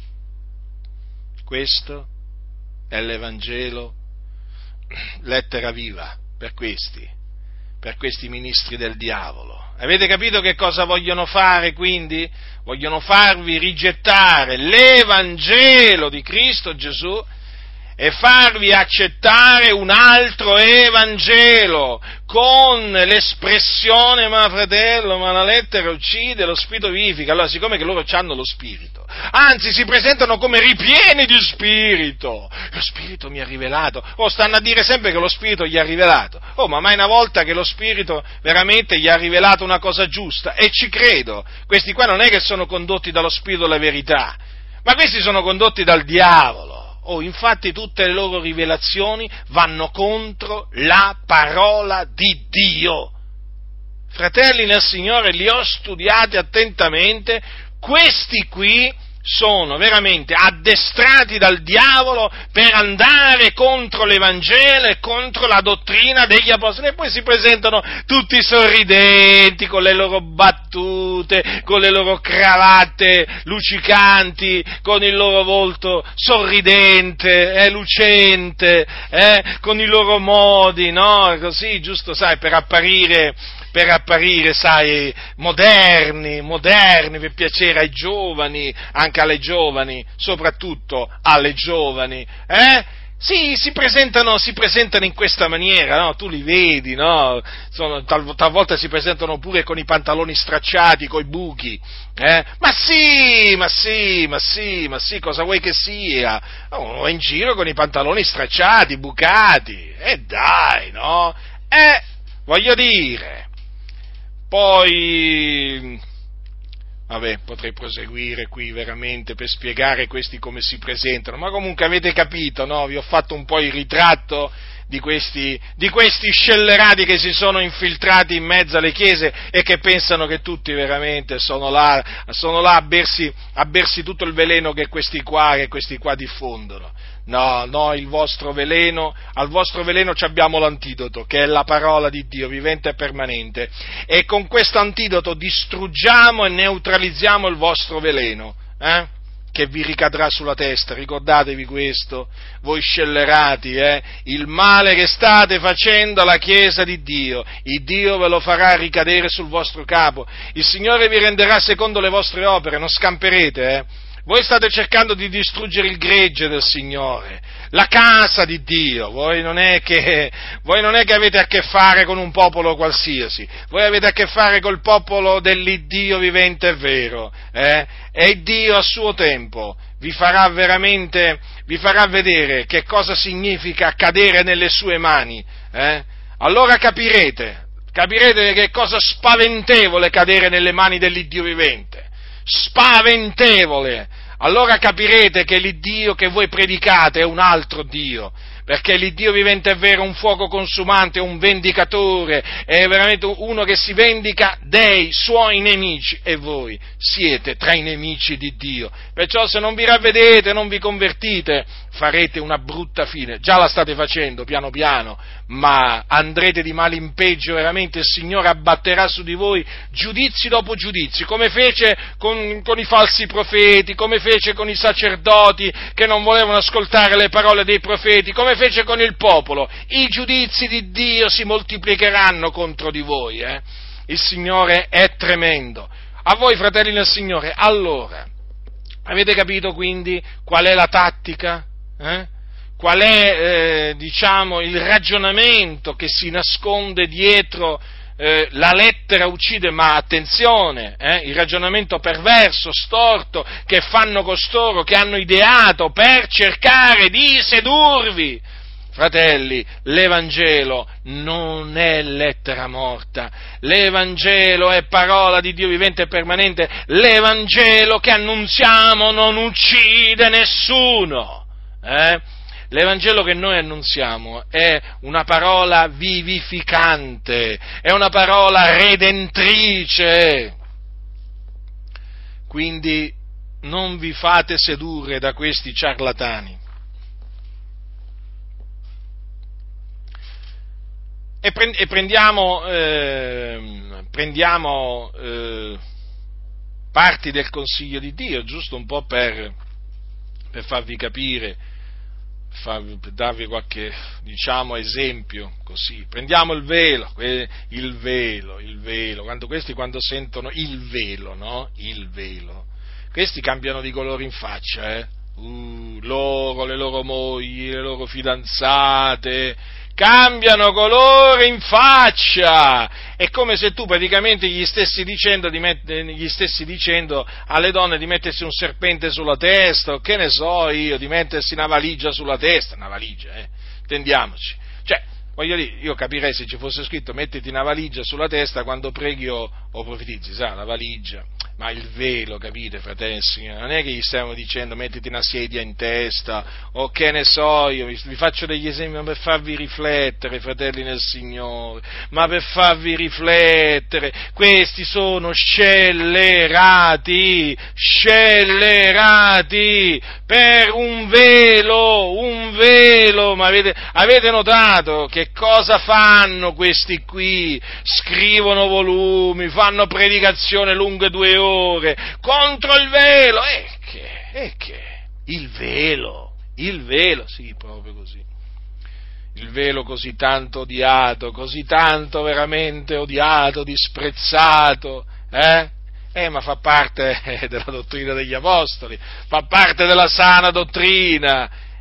Questo è l'Evangelo, lettera viva per questi, per questi ministri del diavolo. Avete capito che cosa vogliono fare quindi? Vogliono farvi rigettare l'Evangelo di Cristo Gesù e farvi accettare un altro Evangelo con l'espressione, ma fratello, ma la lettera uccide, lo spirito vivifica. Allora, siccome che loro hanno lo spirito, anzi si presentano come ripieni di spirito, lo spirito mi ha rivelato, oh, stanno a dire sempre che lo spirito gli ha rivelato, oh, ma mai una volta che lo spirito veramente gli ha rivelato una cosa giusta, e ci credo, questi qua non è che sono condotti dallo spirito della verità, ma questi sono condotti dal diavolo. Oh, infatti tutte le loro rivelazioni vanno contro la parola di Dio. Fratelli nel Signore, li ho studiati attentamente, questi qui sono veramente addestrati dal diavolo per andare contro l'Evangelo e contro la dottrina degli apostoli, e poi si presentano tutti sorridenti con le loro battute, con le loro cravatte luccicanti, con il loro volto sorridente, eh, lucente, eh, con i loro modi, no? Così, giusto, sai, per apparire per apparire, sai, moderni, moderni, per piacere ai giovani, anche alle giovani, soprattutto alle giovani, eh? Sì, si presentano, si presentano in questa maniera, no? Tu li vedi, no? Sono, tal, talvolta si presentano pure con i pantaloni stracciati, coi buchi, eh? Ma sì, ma sì, ma sì, ma sì, cosa vuoi che sia? Oh, in giro con i pantaloni stracciati, bucati, e eh dai, no? Eh, voglio dire, poi... Vabbè, potrei proseguire qui veramente per spiegare questi come si presentano, ma comunque avete capito, no? Vi ho fatto un po' il ritratto di questi, di questi scellerati che si sono infiltrati in mezzo alle chiese e che pensano che tutti veramente sono là, sono là a bersi, a bersi tutto il veleno che questi qua, che questi qua diffondono. No, no, il vostro veleno, al vostro veleno ci abbiamo l'antidoto, che è la parola di Dio, vivente e permanente, e con questo antidoto distruggiamo e neutralizziamo il vostro veleno, eh? Che vi ricadrà sulla testa, ricordatevi questo, voi scellerati, eh? Il male che state facendo alla Chiesa di Dio, il Dio ve lo farà ricadere sul vostro capo, il Signore vi renderà secondo le vostre opere, non scamperete, eh? Voi state cercando di distruggere il gregge del Signore, la casa di Dio, voi non è che, voi non è che avete a che fare con un popolo qualsiasi, voi avete a che fare col popolo dell'Iddio vivente e vero, eh? E Dio a suo tempo vi farà veramente, vi farà vedere che cosa significa cadere nelle sue mani, eh? Allora capirete, capirete che cosa spaventevole cadere nelle mani dell'Iddio vivente. Spaventevole, allora capirete che l'Iddio che voi predicate è un altro Dio, perché l'Iddio vivente è vero, un fuoco consumante, un vendicatore, è veramente uno che si vendica dei suoi nemici, e voi siete tra i nemici di Dio, perciò se non vi ravvedete, non vi convertite, farete una brutta fine, già la state facendo piano piano, ma andrete di male in peggio, veramente il Signore abbatterà su di voi giudizi dopo giudizi, come fece con, con i falsi profeti, come fece con i sacerdoti che non volevano ascoltare le parole dei profeti, come fece con il popolo. I giudizi di Dio si moltiplicheranno contro di voi, eh? Il Signore è tremendo. A voi, fratelli nel Signore, allora, avete capito quindi qual è la tattica? Eh? Qual è, eh, diciamo, il ragionamento che si nasconde dietro eh, la lettera uccide, ma attenzione, eh, il ragionamento perverso, storto, che fanno costoro, che hanno ideato per cercare di sedurvi. Fratelli, l'Evangelo non è lettera morta, l'Evangelo è parola di Dio vivente e permanente, l'Evangelo che annunziamo non uccide nessuno, eh? L'Evangelo che noi annunziamo è una parola vivificante, è una parola redentrice. Quindi non vi fate sedurre da questi ciarlatani. E prendiamo, eh, prendiamo eh, parti del consiglio di Dio, giusto un po' per, per farvi capire, per darvi qualche, diciamo, esempio, così. Prendiamo il velo, il velo, il velo, quando questi quando sentono il velo, no? Il velo, questi cambiano di colore in faccia, eh? Uh, loro, le loro mogli, le loro fidanzate, cambiano colore in faccia, è come se tu praticamente gli stessi dicendo, di met- gli stessi dicendo alle donne di mettersi un serpente sulla testa, o che ne so io, di mettersi una valigia sulla testa, una valigia, eh, intendiamoci, cioè, voglio dire, io capirei se ci fosse scritto mettiti una valigia sulla testa quando preghi o, o profetizzi, sa, la valigia, ma il velo, capite, fratelli e signori, non è che gli stiamo dicendo mettiti una sedia in testa, o che ne so io, vi, vi faccio degli esempi per farvi riflettere, fratelli nel Signore, ma per farvi riflettere, questi sono scellerati, scellerati, per un velo, un velo, ma avete, avete notato che cosa fanno questi qui? Scrivono volumi, fanno predicazione lunghe due ore, contro il velo, e che, e che, il velo, il velo, sì, proprio così, il velo così tanto odiato, così tanto veramente odiato, disprezzato, eh? Eh, ma fa parte della dottrina degli apostoli, fa parte della sana dottrina,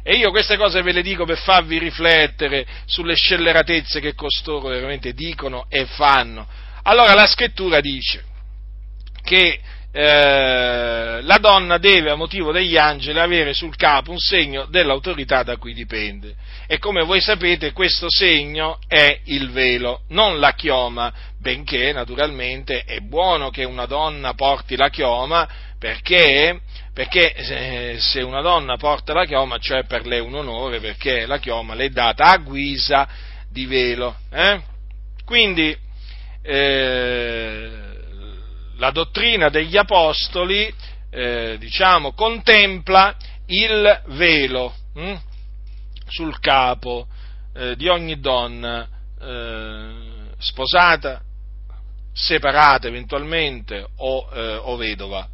E io queste cose ve le dico per farvi riflettere sulle scelleratezze che costoro veramente dicono e fanno. Allora la scrittura dice che eh, la donna deve, a motivo degli angeli, avere sul capo un segno dell'autorità da cui dipende. E come voi sapete, questo segno è il velo, non la chioma, benché naturalmente è buono che una donna porti la chioma, perché, perché se una donna porta la chioma, cioè per lei è un onore, perché la chioma le è data a guisa di velo. Eh? Quindi, eh, la dottrina degli apostoli, eh, diciamo, contempla il velo hm, sul capo eh, di ogni donna eh, sposata, separata eventualmente o, eh, o vedova.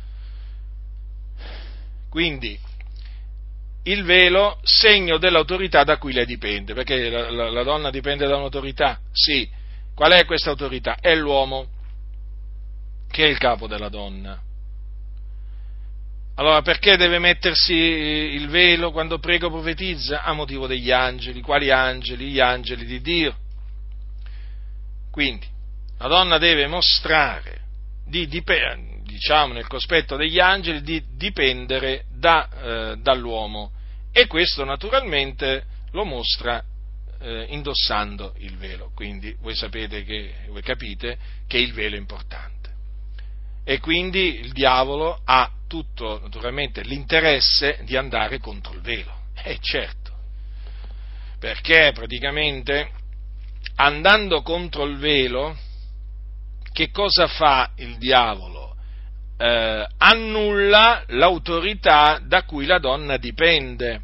Quindi il velo, segno dell'autorità da cui lei dipende, perché la, la, la donna dipende da un'autorità? Sì. Qual è questa autorità? È l'uomo, che è il capo della donna. Allora, perché deve mettersi il velo quando prega o profetizza? A motivo degli angeli. Quali angeli? Gli angeli di Dio. Quindi, la donna deve mostrare, di, di, diciamo nel cospetto degli angeli, di dipendere da, eh, dall'uomo. E questo naturalmente lo mostra eh, indossando il velo. Quindi voi sapete che, voi capite che il velo è importante. E quindi il diavolo ha tutto, naturalmente, l'interesse di andare contro il velo. Eh certo, perché praticamente andando contro il velo, che cosa fa il diavolo? Eh, annulla l'autorità da cui la donna dipende,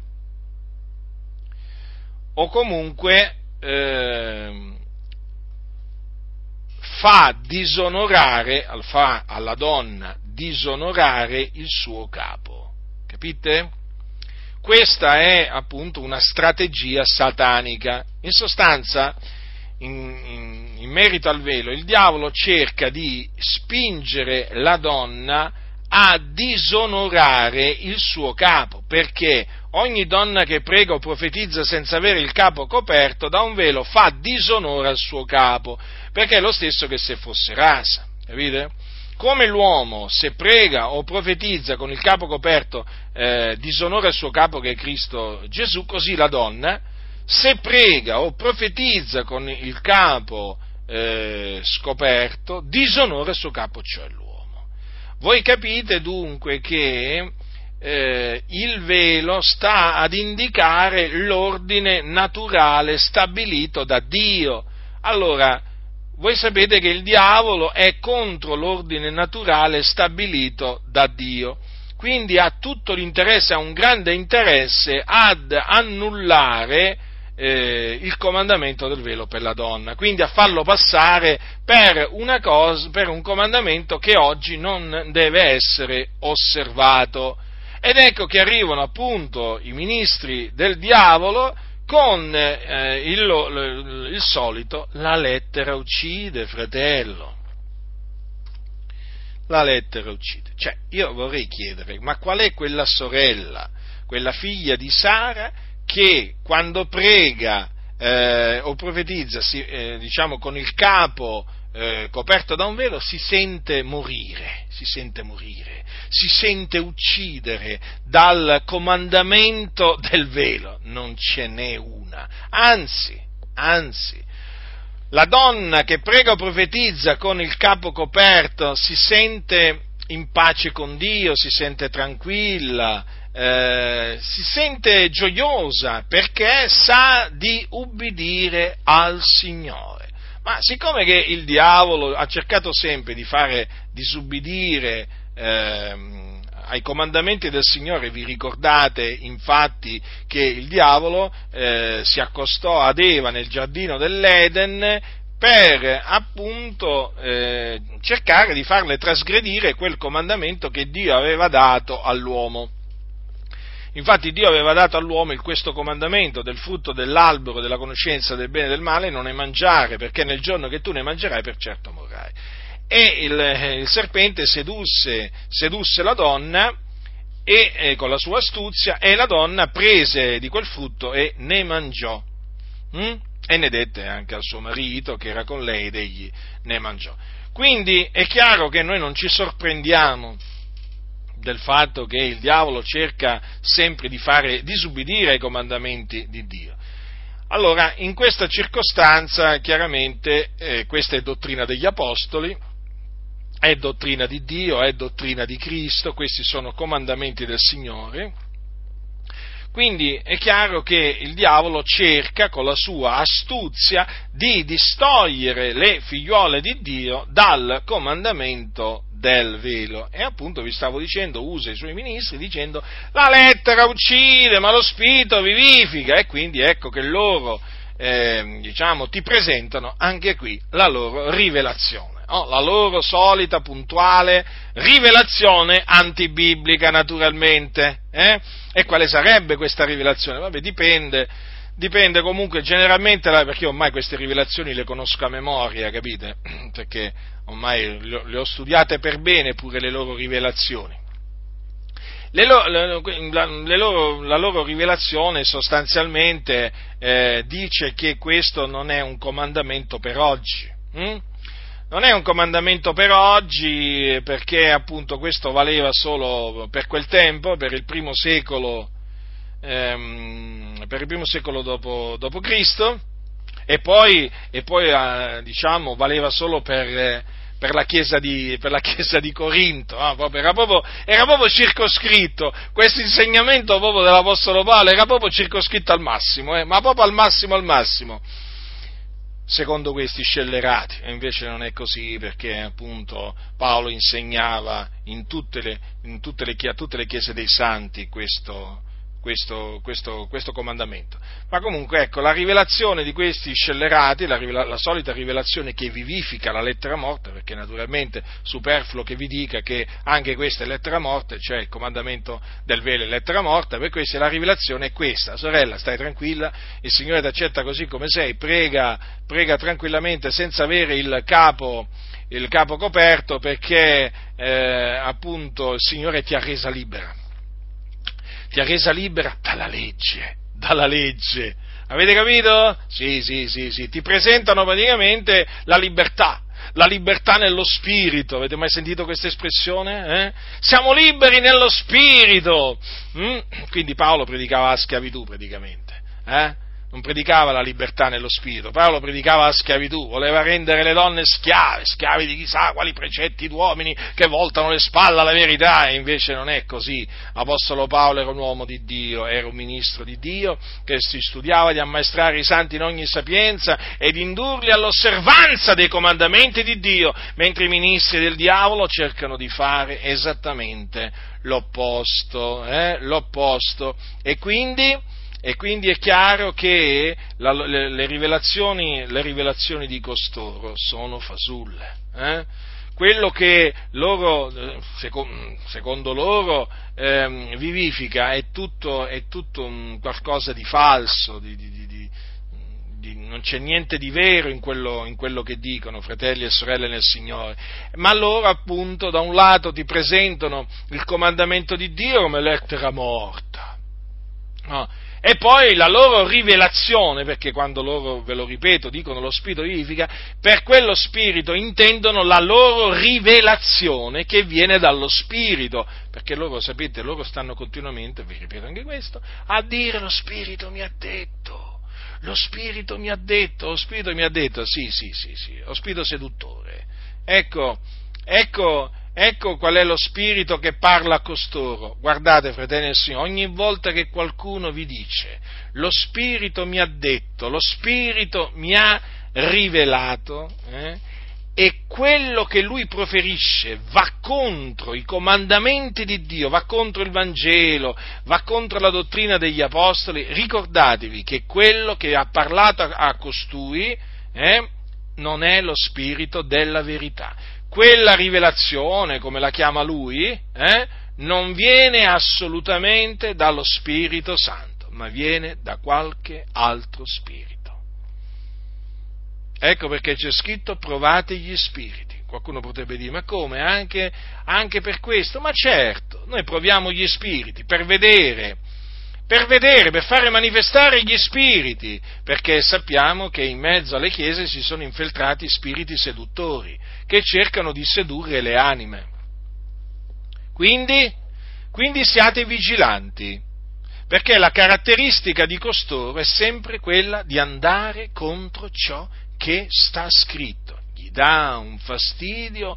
o comunque eh, fa disonorare, fa alla donna disonorare il suo capo, capite? Questa è appunto una strategia satanica. In sostanza, in, in, in merito al velo, il diavolo cerca di spingere la donna a disonorare il suo capo, perché ogni donna che prega o profetizza senza avere il capo coperto da un velo fa disonore al suo capo, perché è lo stesso che se fosse rasa, capite? Come l'uomo, se prega o profetizza con il capo coperto, eh, disonora il suo capo, che è Cristo Gesù, così la donna, se prega o profetizza con il capo eh, scoperto, disonora il suo capo, cioè l'uomo. Voi capite dunque che eh, il velo sta ad indicare l'ordine naturale stabilito da Dio. Allora, voi sapete che il diavolo è contro l'ordine naturale stabilito da Dio, quindi ha tutto l'interesse, ha un grande interesse ad annullare eh, il comandamento del velo per la donna, quindi a farlo passare per una cosa, per un comandamento che oggi non deve essere osservato. Ed ecco che arrivano appunto i ministri del diavolo con eh, il, il, il solito: la lettera uccide, fratello. La lettera uccide. Cioè, io vorrei chiedere, ma qual è quella sorella, quella figlia di Sara, che quando prega eh, o profetizza, si, eh, diciamo con il capo eh, coperto da un velo, si sente morire, si sente morire, si sente uccidere dal comandamento del velo? Non ce n'è una, anzi, anzi, la donna che prega o profetizza con il capo coperto si sente in pace con Dio, si sente tranquilla, eh, si sente gioiosa, perché sa di ubbidire al Signore. Ma siccome che il diavolo ha cercato sempre di fare disubbidire eh, ai comandamenti del Signore, vi ricordate infatti che il diavolo eh, si accostò ad Eva nel giardino dell'Eden per appunto eh, cercare di farle trasgredire quel comandamento che Dio aveva dato all'uomo. Infatti Dio aveva dato all'uomo il questo comandamento: del frutto dell'albero della conoscenza del bene e del male non ne mangiare, perché nel giorno che tu ne mangerai per certo morrai. E il, il serpente sedusse, sedusse la donna, e eh, con la sua astuzia, e la donna prese di quel frutto e ne mangiò. Mm? E ne dette anche al suo marito che era con lei ed egli ne mangiò. Quindi è chiaro che noi non ci sorprendiamo del fatto che il diavolo cerca sempre di fare disubbidire ai comandamenti di Dio. Allora, in questa circostanza, chiaramente, eh, questa è dottrina degli apostoli, è dottrina di Dio, è dottrina di Cristo, questi sono comandamenti del Signore. Quindi è chiaro che il diavolo cerca con la sua astuzia di distogliere le figliuole di Dio dal comandamento del velo, e appunto vi stavo dicendo, usa i suoi ministri dicendo la lettera uccide ma lo spirito vivifica, e quindi ecco che loro eh, diciamo ti presentano anche qui la loro rivelazione. Oh, la loro solita puntuale rivelazione antibiblica, naturalmente. Eh? E quale sarebbe questa rivelazione? Vabbè, dipende, dipende comunque generalmente, perché ormai queste rivelazioni le conosco a memoria, capite? Perché ormai le ho studiate per bene pure le loro rivelazioni. Le loro, la, le loro, la loro rivelazione sostanzialmente eh, dice che questo non è un comandamento per oggi. Hm? Non è un comandamento per oggi, perché appunto questo valeva solo per quel tempo, per il primo secolo, ehm, per il primo secolo dopo, dopo Cristo, e poi, e poi eh, diciamo valeva solo per, per la chiesa di, per la chiesa di Corinto, no? proprio, era, proprio, era proprio circoscritto, questo insegnamento proprio dell'Apostolo Paolo era proprio circoscritto al massimo, eh, ma proprio al massimo, al massimo. Secondo questi scellerati, e invece non è così, perché appunto Paolo insegnava in tutte le, in tutte le, a tutte le chiese dei santi questo, questo, questo, questo comandamento. Ma comunque ecco, la rivelazione di questi scellerati, la, la solita rivelazione che vivifica la lettera morta, perché naturalmente superfluo che vi dica che anche questa è lettera morta, cioè il comandamento del velo è lettera morta, per questo la rivelazione è questa: sorella, stai tranquilla, il Signore ti accetta così come sei, prega, prega tranquillamente senza avere il capo, il capo coperto, perché eh, appunto il Signore ti ha resa libera. Ti ha resa libera dalla legge, dalla legge. Avete capito? Sì, sì, sì, sì. Ti presentano praticamente la libertà, la libertà nello spirito. Avete mai sentito questa espressione? Eh? Siamo liberi nello spirito. Mm? Quindi Paolo predicava la schiavitù praticamente, eh? Non predicava la libertà nello spirito, Paolo predicava la schiavitù, voleva rendere le donne schiave, schiavi di chissà quali precetti d'uomini che voltano le spalle alla verità, e invece non è così. Apostolo Paolo era un uomo di Dio, era un ministro di Dio, che si studiava di ammaestrare i santi in ogni sapienza e di indurli all'osservanza dei comandamenti di Dio, mentre i ministri del diavolo cercano di fare esattamente l'opposto, eh? l'opposto, e quindi... E quindi è chiaro che la, le, le, rivelazioni, le rivelazioni di costoro sono fasulle. Eh? Quello che loro, secondo, secondo loro, eh, vivifica è tutto, è tutto un qualcosa di falso, di, di, di, di, non c'è niente di vero in quello, in quello che dicono, fratelli e sorelle nel Signore. Ma loro appunto da un lato ti presentano il comandamento di Dio come lettera morta. No. E poi la loro rivelazione, perché quando loro, ve lo ripeto, dicono lo Spirito vivifica, per quello Spirito intendono la loro rivelazione che viene dallo Spirito, perché loro, sapete, loro stanno continuamente, vi ripeto anche questo, a dire lo Spirito mi ha detto, lo Spirito mi ha detto, lo Spirito mi ha detto, sì, sì, sì, sì, lo Spirito seduttore. Ecco, ecco, Ecco qual è lo spirito che parla a costoro. Guardate, fratelli del Signore, ogni volta che qualcuno vi dice lo Spirito mi ha detto, lo Spirito mi ha rivelato, eh, e quello che lui proferisce va contro i comandamenti di Dio, va contro il Vangelo, va contro la dottrina degli Apostoli, ricordatevi che quello che ha parlato a costui eh, non è lo Spirito della verità. Quella rivelazione, come la chiama lui, eh, non viene assolutamente dallo Spirito Santo, ma viene da qualche altro spirito. Ecco perché c'è scritto: provate gli spiriti, Qualcuno potrebbe dire, ma come? Anche, anche per questo? Ma certo, noi proviamo gli spiriti per vedere, per vedere, per fare manifestare gli spiriti, perché sappiamo che in mezzo alle chiese si sono infiltrati spiriti seduttori, che cercano di sedurre le anime. Quindi, quindi siate vigilanti, perché la caratteristica di costoro è sempre quella di andare contro ciò che sta scritto. Gli dà un fastidio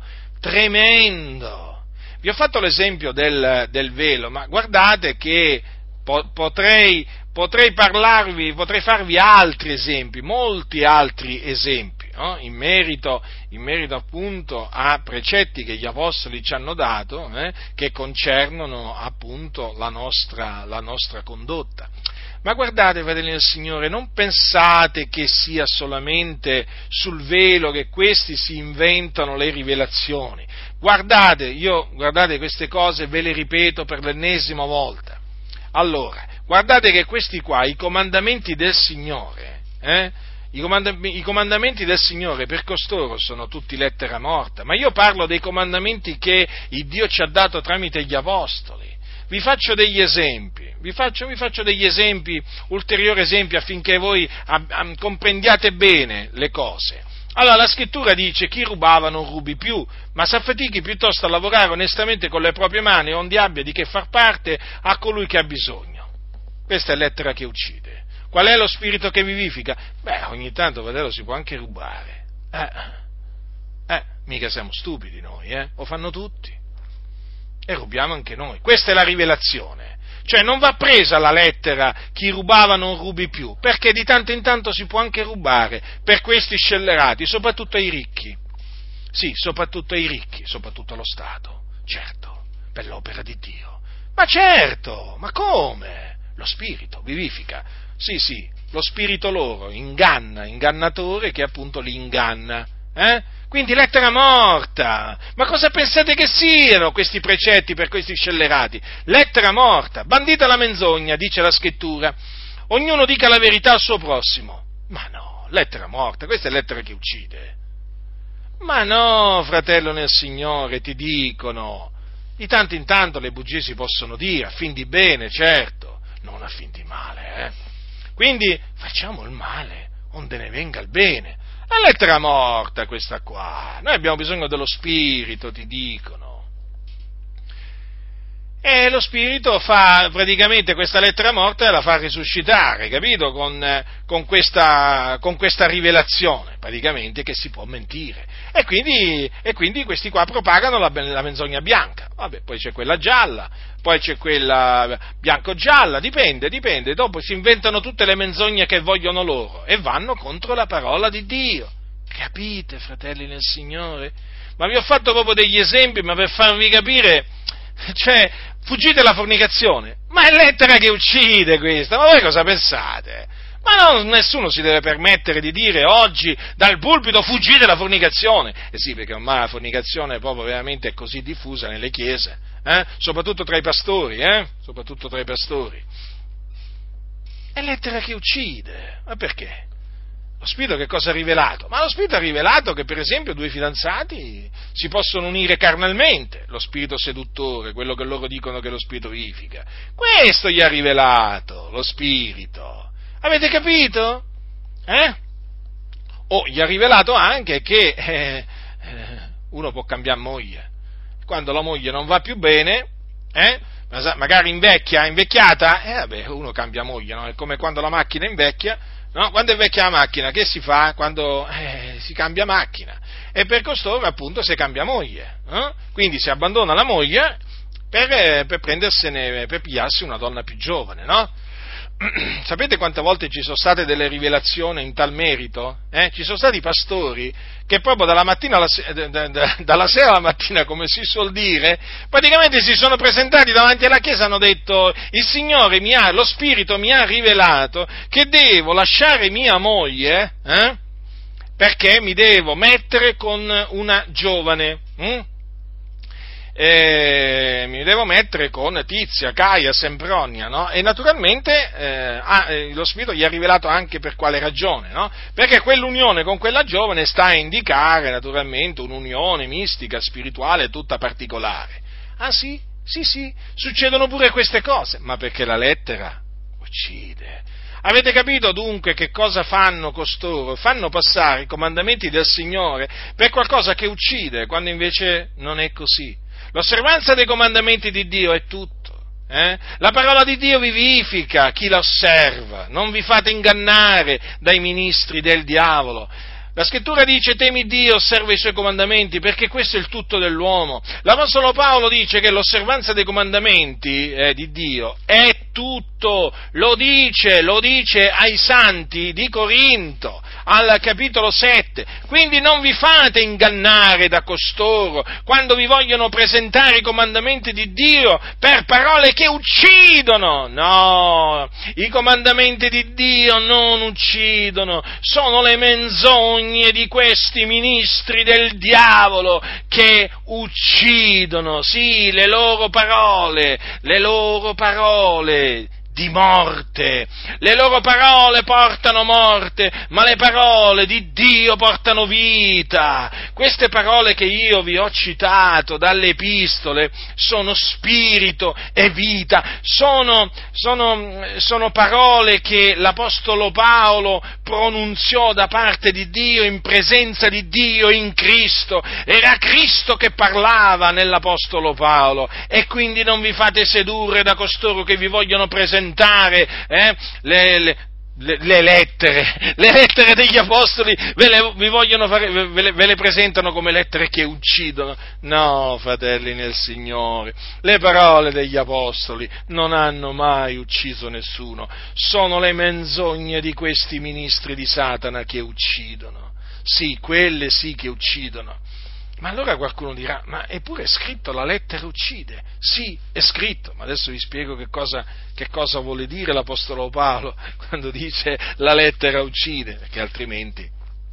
tremendo. Vi ho fatto l'esempio del, del velo, ma guardate che po- potrei, potrei parlarvi, potrei farvi altri esempi, molti altri esempi, no? in, merito, in merito appunto a precetti che gli apostoli ci hanno dato, eh, che concernono appunto la nostra, la nostra condotta. Ma guardate, fratelli del Signore, non pensate che sia solamente sul velo che questi si inventano le rivelazioni. Guardate, io, guardate queste cose, ve le ripeto per l'ennesima volta. Allora, guardate che questi qua, i comandamenti del Signore, eh, i, comand- i comandamenti del Signore per costoro sono tutti lettera morta, ma io parlo dei comandamenti che il Dio ci ha dato tramite gli apostoli. Vi faccio degli esempi, vi faccio, vi faccio degli esempi, ulteriori esempi affinché voi ab, ab, comprendiate bene le cose. Allora la scrittura dice: chi rubava non rubi più, ma s'affatichi piuttosto a lavorare onestamente con le proprie mani, onde abbia di che far parte a colui che ha bisogno. Questa è lettera che uccide. Qual è lo spirito che vivifica? Beh, ogni tanto, fratello, si può anche rubare. Eh, eh, mica siamo stupidi noi, eh? Lo fanno tutti. E rubiamo anche noi. Questa è la rivelazione. Cioè non va presa la lettera chi rubava non rubi più, perché di tanto in tanto si può anche rubare per questi scellerati, soprattutto ai ricchi. Sì, soprattutto ai ricchi, soprattutto allo Stato, certo, per l'opera di Dio. Ma certo, ma come? Lo spirito vivifica. Sì, sì, lo spirito loro inganna, ingannatore che appunto li inganna. Eh? Quindi lettera morta. Ma cosa pensate che siano questi precetti per questi scellerati? Lettera morta, bandita la menzogna, dice la scrittura. Ognuno dica la verità al suo prossimo. Ma no, lettera morta, questa è lettera che uccide. Ma no, fratello nel Signore, ti dicono. Di tanto in tanto le bugie si possono dire, a fin di bene, certo, non a fin di male, eh. Quindi facciamo il male, onde ne venga il bene. È lettera morta questa qua, noi abbiamo bisogno dello Spirito, ti dicono. E lo Spirito fa, praticamente questa lettera morta la fa risuscitare, capito? Con, con, questa, con questa rivelazione, praticamente, che si può mentire. E quindi, e quindi questi qua propagano la, la menzogna bianca. Vabbè, poi c'è quella gialla, poi c'è quella bianco-gialla, dipende, dipende. Dopo si inventano tutte le menzogne che vogliono loro e vanno contro la parola di Dio. Capite, fratelli nel Signore? Ma vi ho fatto proprio degli esempi, ma per farvi capire, cioè, fuggite dalla fornicazione. Ma è lettera che uccide questa, ma voi cosa pensate? Ma no, nessuno si deve permettere di dire oggi dal pulpito fuggite dalla fornicazione. Eh sì, perché ormai la fornicazione proprio veramente è così diffusa nelle chiese, eh? Soprattutto tra i pastori, eh? Soprattutto tra i pastori. È lettera che uccide, ma perché? Lo Spirito che cosa ha rivelato? Ma lo Spirito ha rivelato che per esempio due fidanzati si possono unire carnalmente, lo spirito seduttore, quello che loro dicono che lo Spirito vivifica. Questo gli ha rivelato lo Spirito. Avete capito? Eh? O gli ha rivelato anche che eh, uno può cambiare moglie. Quando la moglie non va più bene, eh? magari invecchia, invecchiata, eh, vabbè, uno cambia moglie, no? È come quando la macchina invecchia. No, quando è vecchia la macchina, che si fa? Quando eh, si cambia macchina. E per costoro, appunto, si cambia moglie. No? Quindi si abbandona la moglie per, eh, per prendersene, per pigliarsi una donna più giovane, no? Sapete quante volte ci sono state delle rivelazioni in tal merito? Eh? Ci sono stati pastori che proprio dalla mattina alla se- d- d- d- dalla sera alla mattina, come si suol dire, praticamente si sono presentati davanti alla chiesa e hanno detto: il Signore mi ha, lo Spirito mi ha rivelato che devo lasciare mia moglie, eh? Perché mi devo mettere con una giovane. Hm? eh, mi devo mettere con Tizia, Caia, Sempronia, no? E naturalmente eh, ah, eh, lo Spirito gli ha rivelato anche per quale ragione, no? Perché quell'unione con quella giovane sta a indicare naturalmente un'unione mistica, spirituale, tutta particolare. Ah sì? Sì, sì, succedono pure queste cose, ma perché la lettera uccide. Avete capito dunque che cosa fanno costoro? Fanno passare i comandamenti del Signore per qualcosa che uccide, quando invece non è così. L'osservanza dei comandamenti di Dio è tutto. Eh? La parola di Dio vivifica chi la osserva, non vi fate ingannare dai ministri del diavolo. La scrittura dice: temi Dio, osserva i suoi comandamenti, perché questo è il tutto dell'uomo. L'Apostolo Paolo dice che l'osservanza dei comandamenti eh, di Dio è tutto, lo dice, lo dice ai santi di Corinto, al capitolo sette. Quindi non vi fate ingannare da costoro quando vi vogliono presentare i comandamenti di Dio per parole che uccidono. No, i comandamenti di Dio non uccidono, sono le menzogne di questi ministri del diavolo che uccidono, sì, le loro parole, le loro parole di morte, le loro parole portano morte, ma le parole di Dio portano vita. Queste parole che io vi ho citato dalle epistole sono spirito e vita, sono, sono, sono parole che l'Apostolo Paolo pronunziò da parte di Dio, in presenza di Dio, in Cristo. Era Cristo che parlava nell'Apostolo Paolo, e quindi non vi fate sedurre da costoro che vi vogliono presentare Eh, le, le, le, le lettere, le lettere degli apostoli, ve le, vi vogliono fare, ve le, ve le presentano come lettere che uccidono. No, fratelli nel Signore, le parole degli apostoli non hanno mai ucciso nessuno, sono le menzogne di questi ministri di Satana che uccidono. Sì, quelle sì che uccidono. Ma allora qualcuno dirà: ma eppure è scritto la lettera uccide. Sì, è scritto, ma adesso vi spiego che cosa, che cosa vuole dire l'Apostolo Paolo quando dice la lettera uccide, perché altrimenti...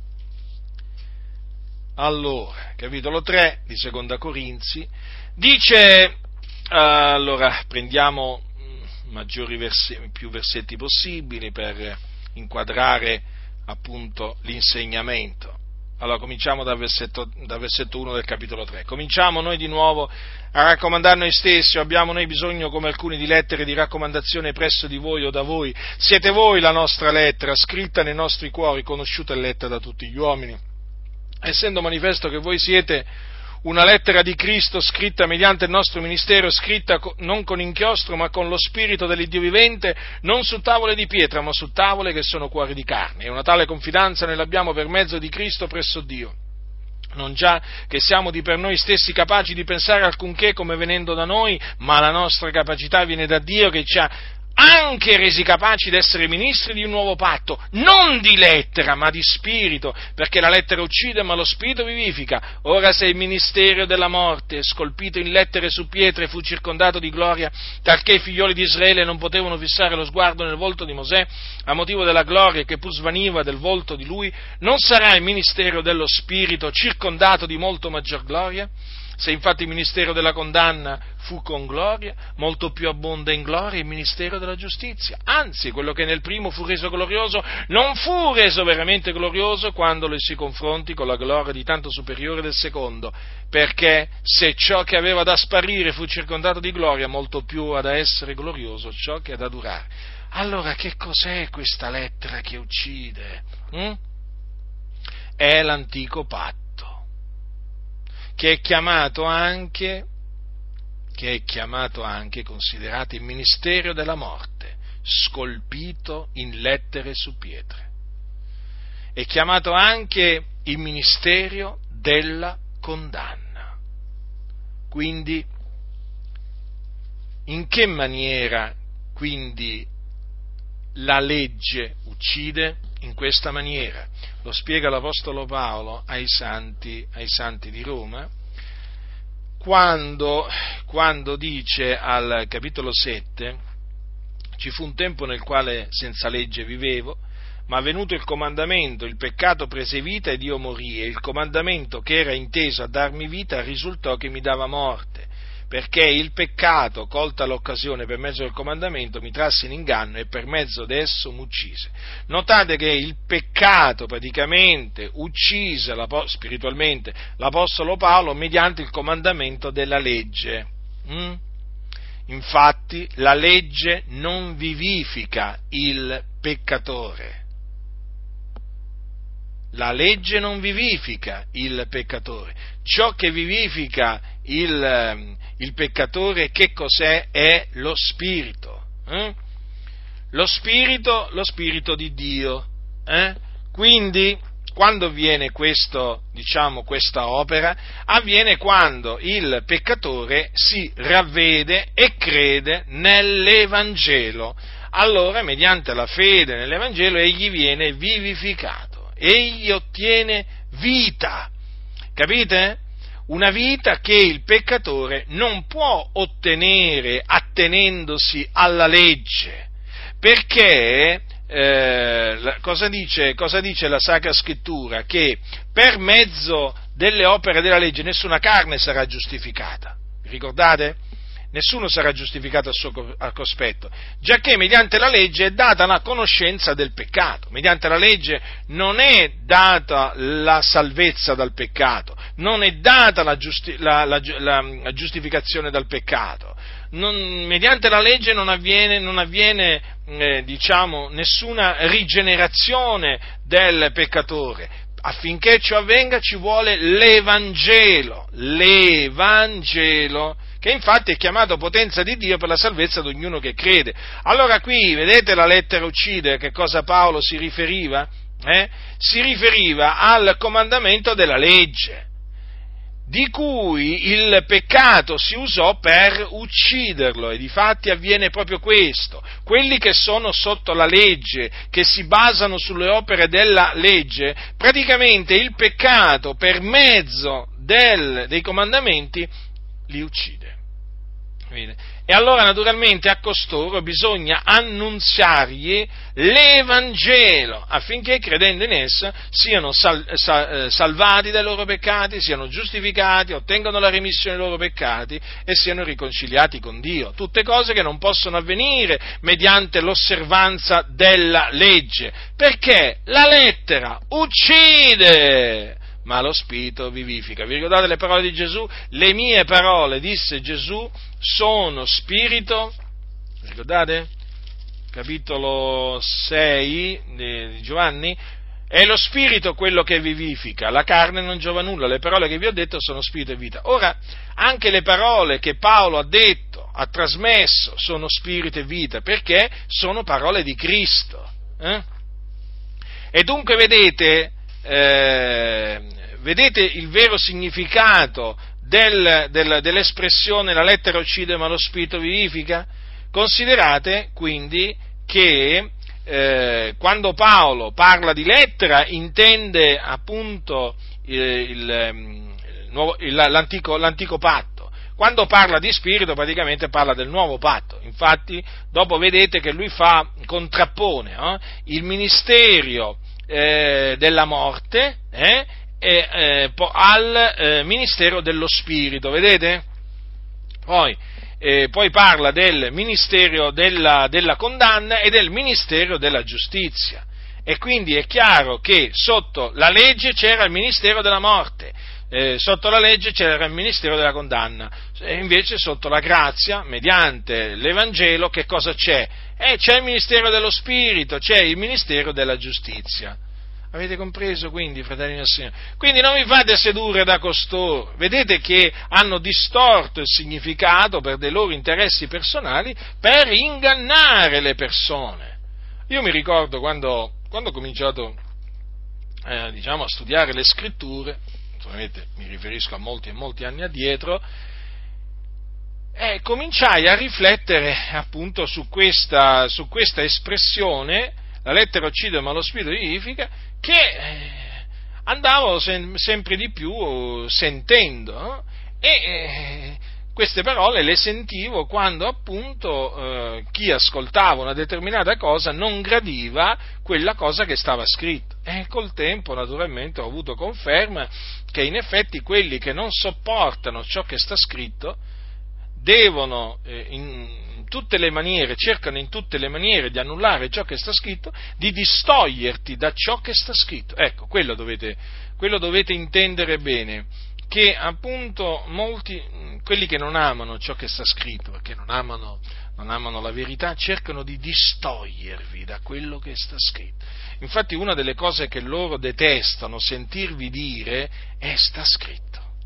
Allora, capitolo tre di Seconda Corinzi, dice, allora prendiamo maggiori versetti, più versetti possibili per inquadrare appunto l'insegnamento. Allora, cominciamo dal versetto, dal versetto uno del capitolo tre. Cominciamo noi di nuovo a raccomandare noi stessi, o abbiamo noi bisogno, come alcuni, di lettere di raccomandazione presso di voi o da voi? Siete voi la nostra lettera, scritta nei nostri cuori, conosciuta e letta da tutti gli uomini, essendo manifesto che voi siete una lettera di Cristo scritta mediante il nostro ministero, scritta non con inchiostro ma con lo spirito dell'Iddio vivente, non su tavole di pietra ma su tavole che sono cuori di carne, e una tale confidenza noi l'abbiamo per mezzo di Cristo presso Dio. Non già che siamo di per noi stessi capaci di pensare alcunché come venendo da noi, ma la nostra capacità viene da Dio, che ci ha anche resi capaci di essere ministri di un nuovo patto, non di lettera, ma di spirito, perché la lettera uccide, ma lo spirito vivifica. Ora, se il ministero della morte, scolpito in lettere su pietre, fu circondato di gloria, talché i figlioli di Israele non potevano fissare lo sguardo nel volto di Mosè, a motivo della gloria che pur svaniva del volto di lui, non sarà il ministero dello spirito circondato di molto maggior gloria? Se infatti il ministero della condanna fu con gloria, molto più abbonda in gloria il ministero della giustizia. Anzi, quello che nel primo fu reso glorioso, non fu reso veramente glorioso quando lo si confronti con la gloria di tanto superiore del secondo, perché se ciò che aveva da sparire fu circondato di gloria, molto più ha da essere glorioso ciò che ha da durare. Allora, che cos'è questa lettera che uccide? Hm? È l'antico patto, che è chiamato anche, che è chiamato anche, considerate, il ministero della morte, scolpito in lettere su pietre. È chiamato anche il ministero della condanna. Quindi, in che maniera, quindi, la legge uccide? In questa maniera. Lo spiega l'Apostolo Paolo ai santi, ai santi di Roma, quando, quando dice al capitolo sette: ci fu un tempo nel quale senza legge vivevo, ma venuto il comandamento, il peccato prese vita ed io morii, e il comandamento che era inteso a darmi vita risultò che mi dava morte. perché il peccato, colta l'occasione per mezzo del comandamento, mi trasse in inganno e per mezzo d'esso m'uccise. Notate che il peccato praticamente uccise spiritualmente l'Apostolo Paolo mediante il comandamento della legge. Mm? Infatti la legge non vivifica il peccatore. La legge non vivifica il peccatore. Ciò che vivifica il, il peccatore, che cos'è? È lo Spirito. Eh? Lo Spirito, lo Spirito di Dio. Eh? Quindi, quando avviene questo, diciamo, questa opera? Avviene quando il peccatore si ravvede e crede nell'Evangelo. Allora, mediante la fede nell'Evangelo, egli viene vivificato. Egli ottiene vita, capite? Una vita che il peccatore non può ottenere attenendosi alla legge, perché eh, cosa dice, cosa dice la Sacra Scrittura? Che per mezzo delle opere della legge nessuna carne sarà giustificata, ricordate? Nessuno sarà giustificato a suo a cospetto, giacché mediante la legge è data la conoscenza del peccato. Mediante la legge non è data la salvezza dal peccato, non è data la, giusti, la, la, la, la giustificazione dal peccato. Non, mediante la legge non avviene, non avviene eh, diciamo, nessuna rigenerazione del peccatore. Affinché ciò avvenga ci vuole l'Evangelo, l'Evangelo, che infatti è chiamato potenza di Dio per la salvezza di ognuno che crede. Allora qui, vedete la lettera uccide, che cosa Paolo si riferiva? Eh? Si riferiva al comandamento della legge, di cui il peccato si usò per ucciderlo, e difatti avviene proprio questo. Quelli che sono sotto la legge, che si basano sulle opere della legge, praticamente il peccato per mezzo del, dei comandamenti li uccide. E allora naturalmente a costoro bisogna annunziargli l'Evangelo, affinché credendo in esso siano sal, sal, salvati dai loro peccati, siano giustificati, ottengano la remissione dei loro peccati e siano riconciliati con Dio. Tutte cose che non possono avvenire mediante l'osservanza della legge, perché la lettera uccide, ma lo Spirito vivifica. Vi ricordate le parole di Gesù? Le mie parole, disse Gesù, sono spirito, ricordate? Capitolo sei di Giovanni, è lo spirito quello che vivifica, la carne non giova nulla, le parole che vi ho detto sono spirito e vita. Ora, anche le parole che Paolo ha detto, ha trasmesso, sono spirito e vita, perché sono parole di Cristo. Eh? E dunque vedete, eh, vedete il vero significato del, del, dell'espressione la lettera uccide ma lo spirito vivifica? Considerate quindi che eh, quando Paolo parla di lettera intende appunto eh, il, il nuovo, il, l'antico, l'antico patto. Quando parla di spirito praticamente parla del nuovo patto. Infatti dopo vedete che lui fa, contrappone eh, il ministero eh, della morte eh, e, eh, po- al eh, ministero dello spirito, vedete? Poi, eh, poi parla del ministero della, della condanna e del ministero della giustizia. E quindi è chiaro che sotto la legge c'era il ministero della morte, eh, sotto la legge c'era il ministero della condanna, e invece sotto la grazia, mediante l'Evangelo, che cosa c'è? Eh, c'è il ministero dello spirito, c'è il ministero della giustizia. Avete compreso quindi, fratelli del Signore? Quindi non vi fate sedurre da costoro, vedete che hanno distorto il significato per dei loro interessi personali, per ingannare le persone. Io mi ricordo quando, quando ho cominciato eh, diciamo, a studiare le scritture, naturalmente mi riferisco a molti e molti anni addietro, eh, cominciai a riflettere appunto su questa, su questa espressione, la lettera uccide ma lo spirito vivifica, che eh, andavo sem- sempre di più sentendo, no? e eh, queste parole le sentivo quando appunto eh, chi ascoltava una determinata cosa non gradiva quella cosa che stava scritta, e col tempo naturalmente ho avuto conferma che in effetti quelli che non sopportano ciò che sta scritto devono eh, in tutte le maniere, cercano in tutte le maniere di annullare ciò che sta scritto, di distoglierti da ciò che sta scritto. Ecco, quello dovete, quello dovete intendere bene, che appunto molti, quelli che non amano ciò che sta scritto, perché non amano, non amano la verità, cercano di distogliervi da quello che sta scritto. Infatti una delle cose che loro detestano sentirvi dire è sta scritto.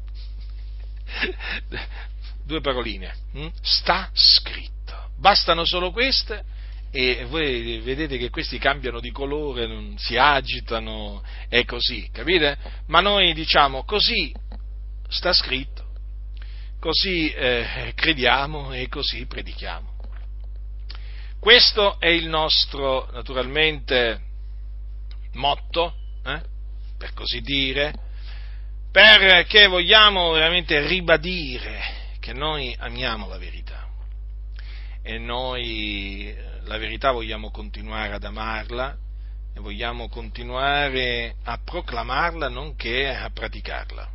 Due paroline, hm? Sta scritto. Bastano solo queste e voi vedete che questi cambiano di colore, si agitano, è così, capite? Ma noi diciamo così sta scritto, così eh, crediamo e così predichiamo. Questo è il nostro, naturalmente, motto, eh? per così dire, perché vogliamo veramente ribadire che noi amiamo la verità e noi la verità vogliamo continuare ad amarla e vogliamo continuare a proclamarla nonché a praticarla,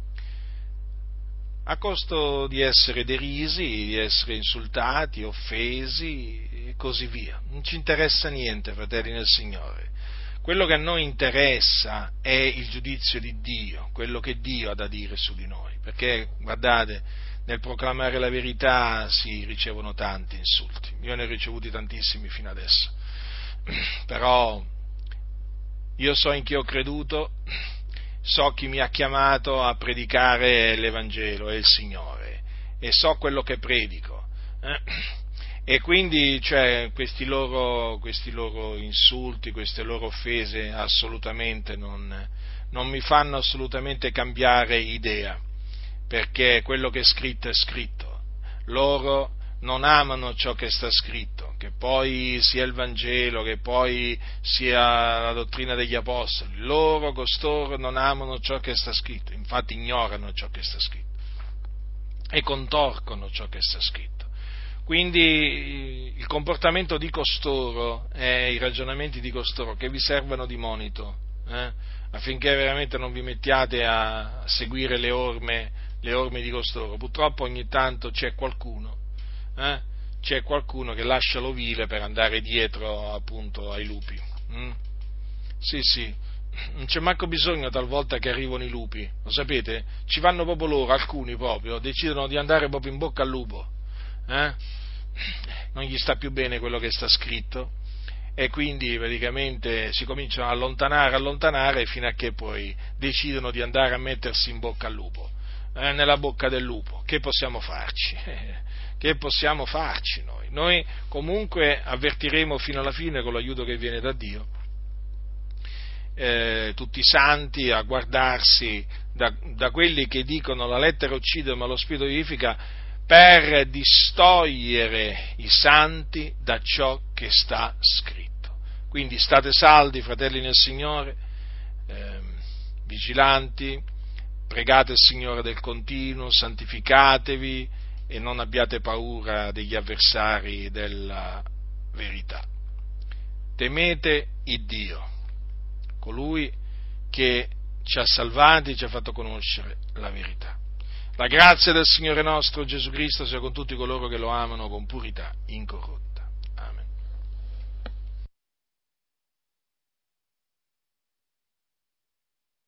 a costo di essere derisi, di essere insultati, offesi e così via. Non ci interessa niente, fratelli nel Signore. Quello che a noi interessa è il giudizio di Dio, quello che Dio ha da dire su di noi, perché, guardate, nel proclamare la verità si ricevono tanti insulti, io ne ho ricevuti tantissimi fino adesso, però io so in chi ho creduto, so chi mi ha chiamato a predicare l'Evangelo, è il Signore, e so quello che predico, eh? E quindi, cioè, questi loro, questi loro insulti, queste loro offese assolutamente non, non mi fanno assolutamente cambiare idea, perché quello che è scritto è scritto. Loro non amano ciò che sta scritto, che poi sia il Vangelo, che poi sia la dottrina degli Apostoli. Loro, costoro, non amano ciò che sta scritto, infatti ignorano ciò che sta scritto e contorcono ciò che sta scritto. Quindi il comportamento di costoro e i ragionamenti di costoro che vi servano di monito, eh, affinché veramente non vi mettiate a seguire le orme, le orme di costoro. Purtroppo ogni tanto c'è qualcuno, eh, c'è qualcuno che lascia l'ovile per andare dietro appunto ai lupi. Mm? Sì, sì, non c'è manco bisogno talvolta che arrivano i lupi, lo sapete? Ci vanno proprio loro, alcuni proprio, decidono di andare proprio in bocca al lupo. Eh? Non gli sta più bene quello che sta scritto e quindi praticamente si cominciano a allontanare, allontanare fino a che poi decidono di andare a mettersi in bocca al lupo, eh, nella bocca del lupo. Che possiamo farci? Che possiamo farci noi? Noi comunque avvertiremo fino alla fine con l'aiuto che viene da Dio eh, tutti i santi a guardarsi da, da quelli che dicono la lettera uccide ma lo spirito vivifica, per distogliere i santi da ciò che sta scritto. Quindi state saldi, fratelli nel Signore, eh, vigilanti, pregate il Signore del continuo, santificatevi e non abbiate paura degli avversari della verità. Temete il Dio, colui che ci ha salvati e ci ha fatto conoscere la verità. La grazia del Signore nostro Gesù Cristo sia con tutti coloro che lo amano con purità incorrotta.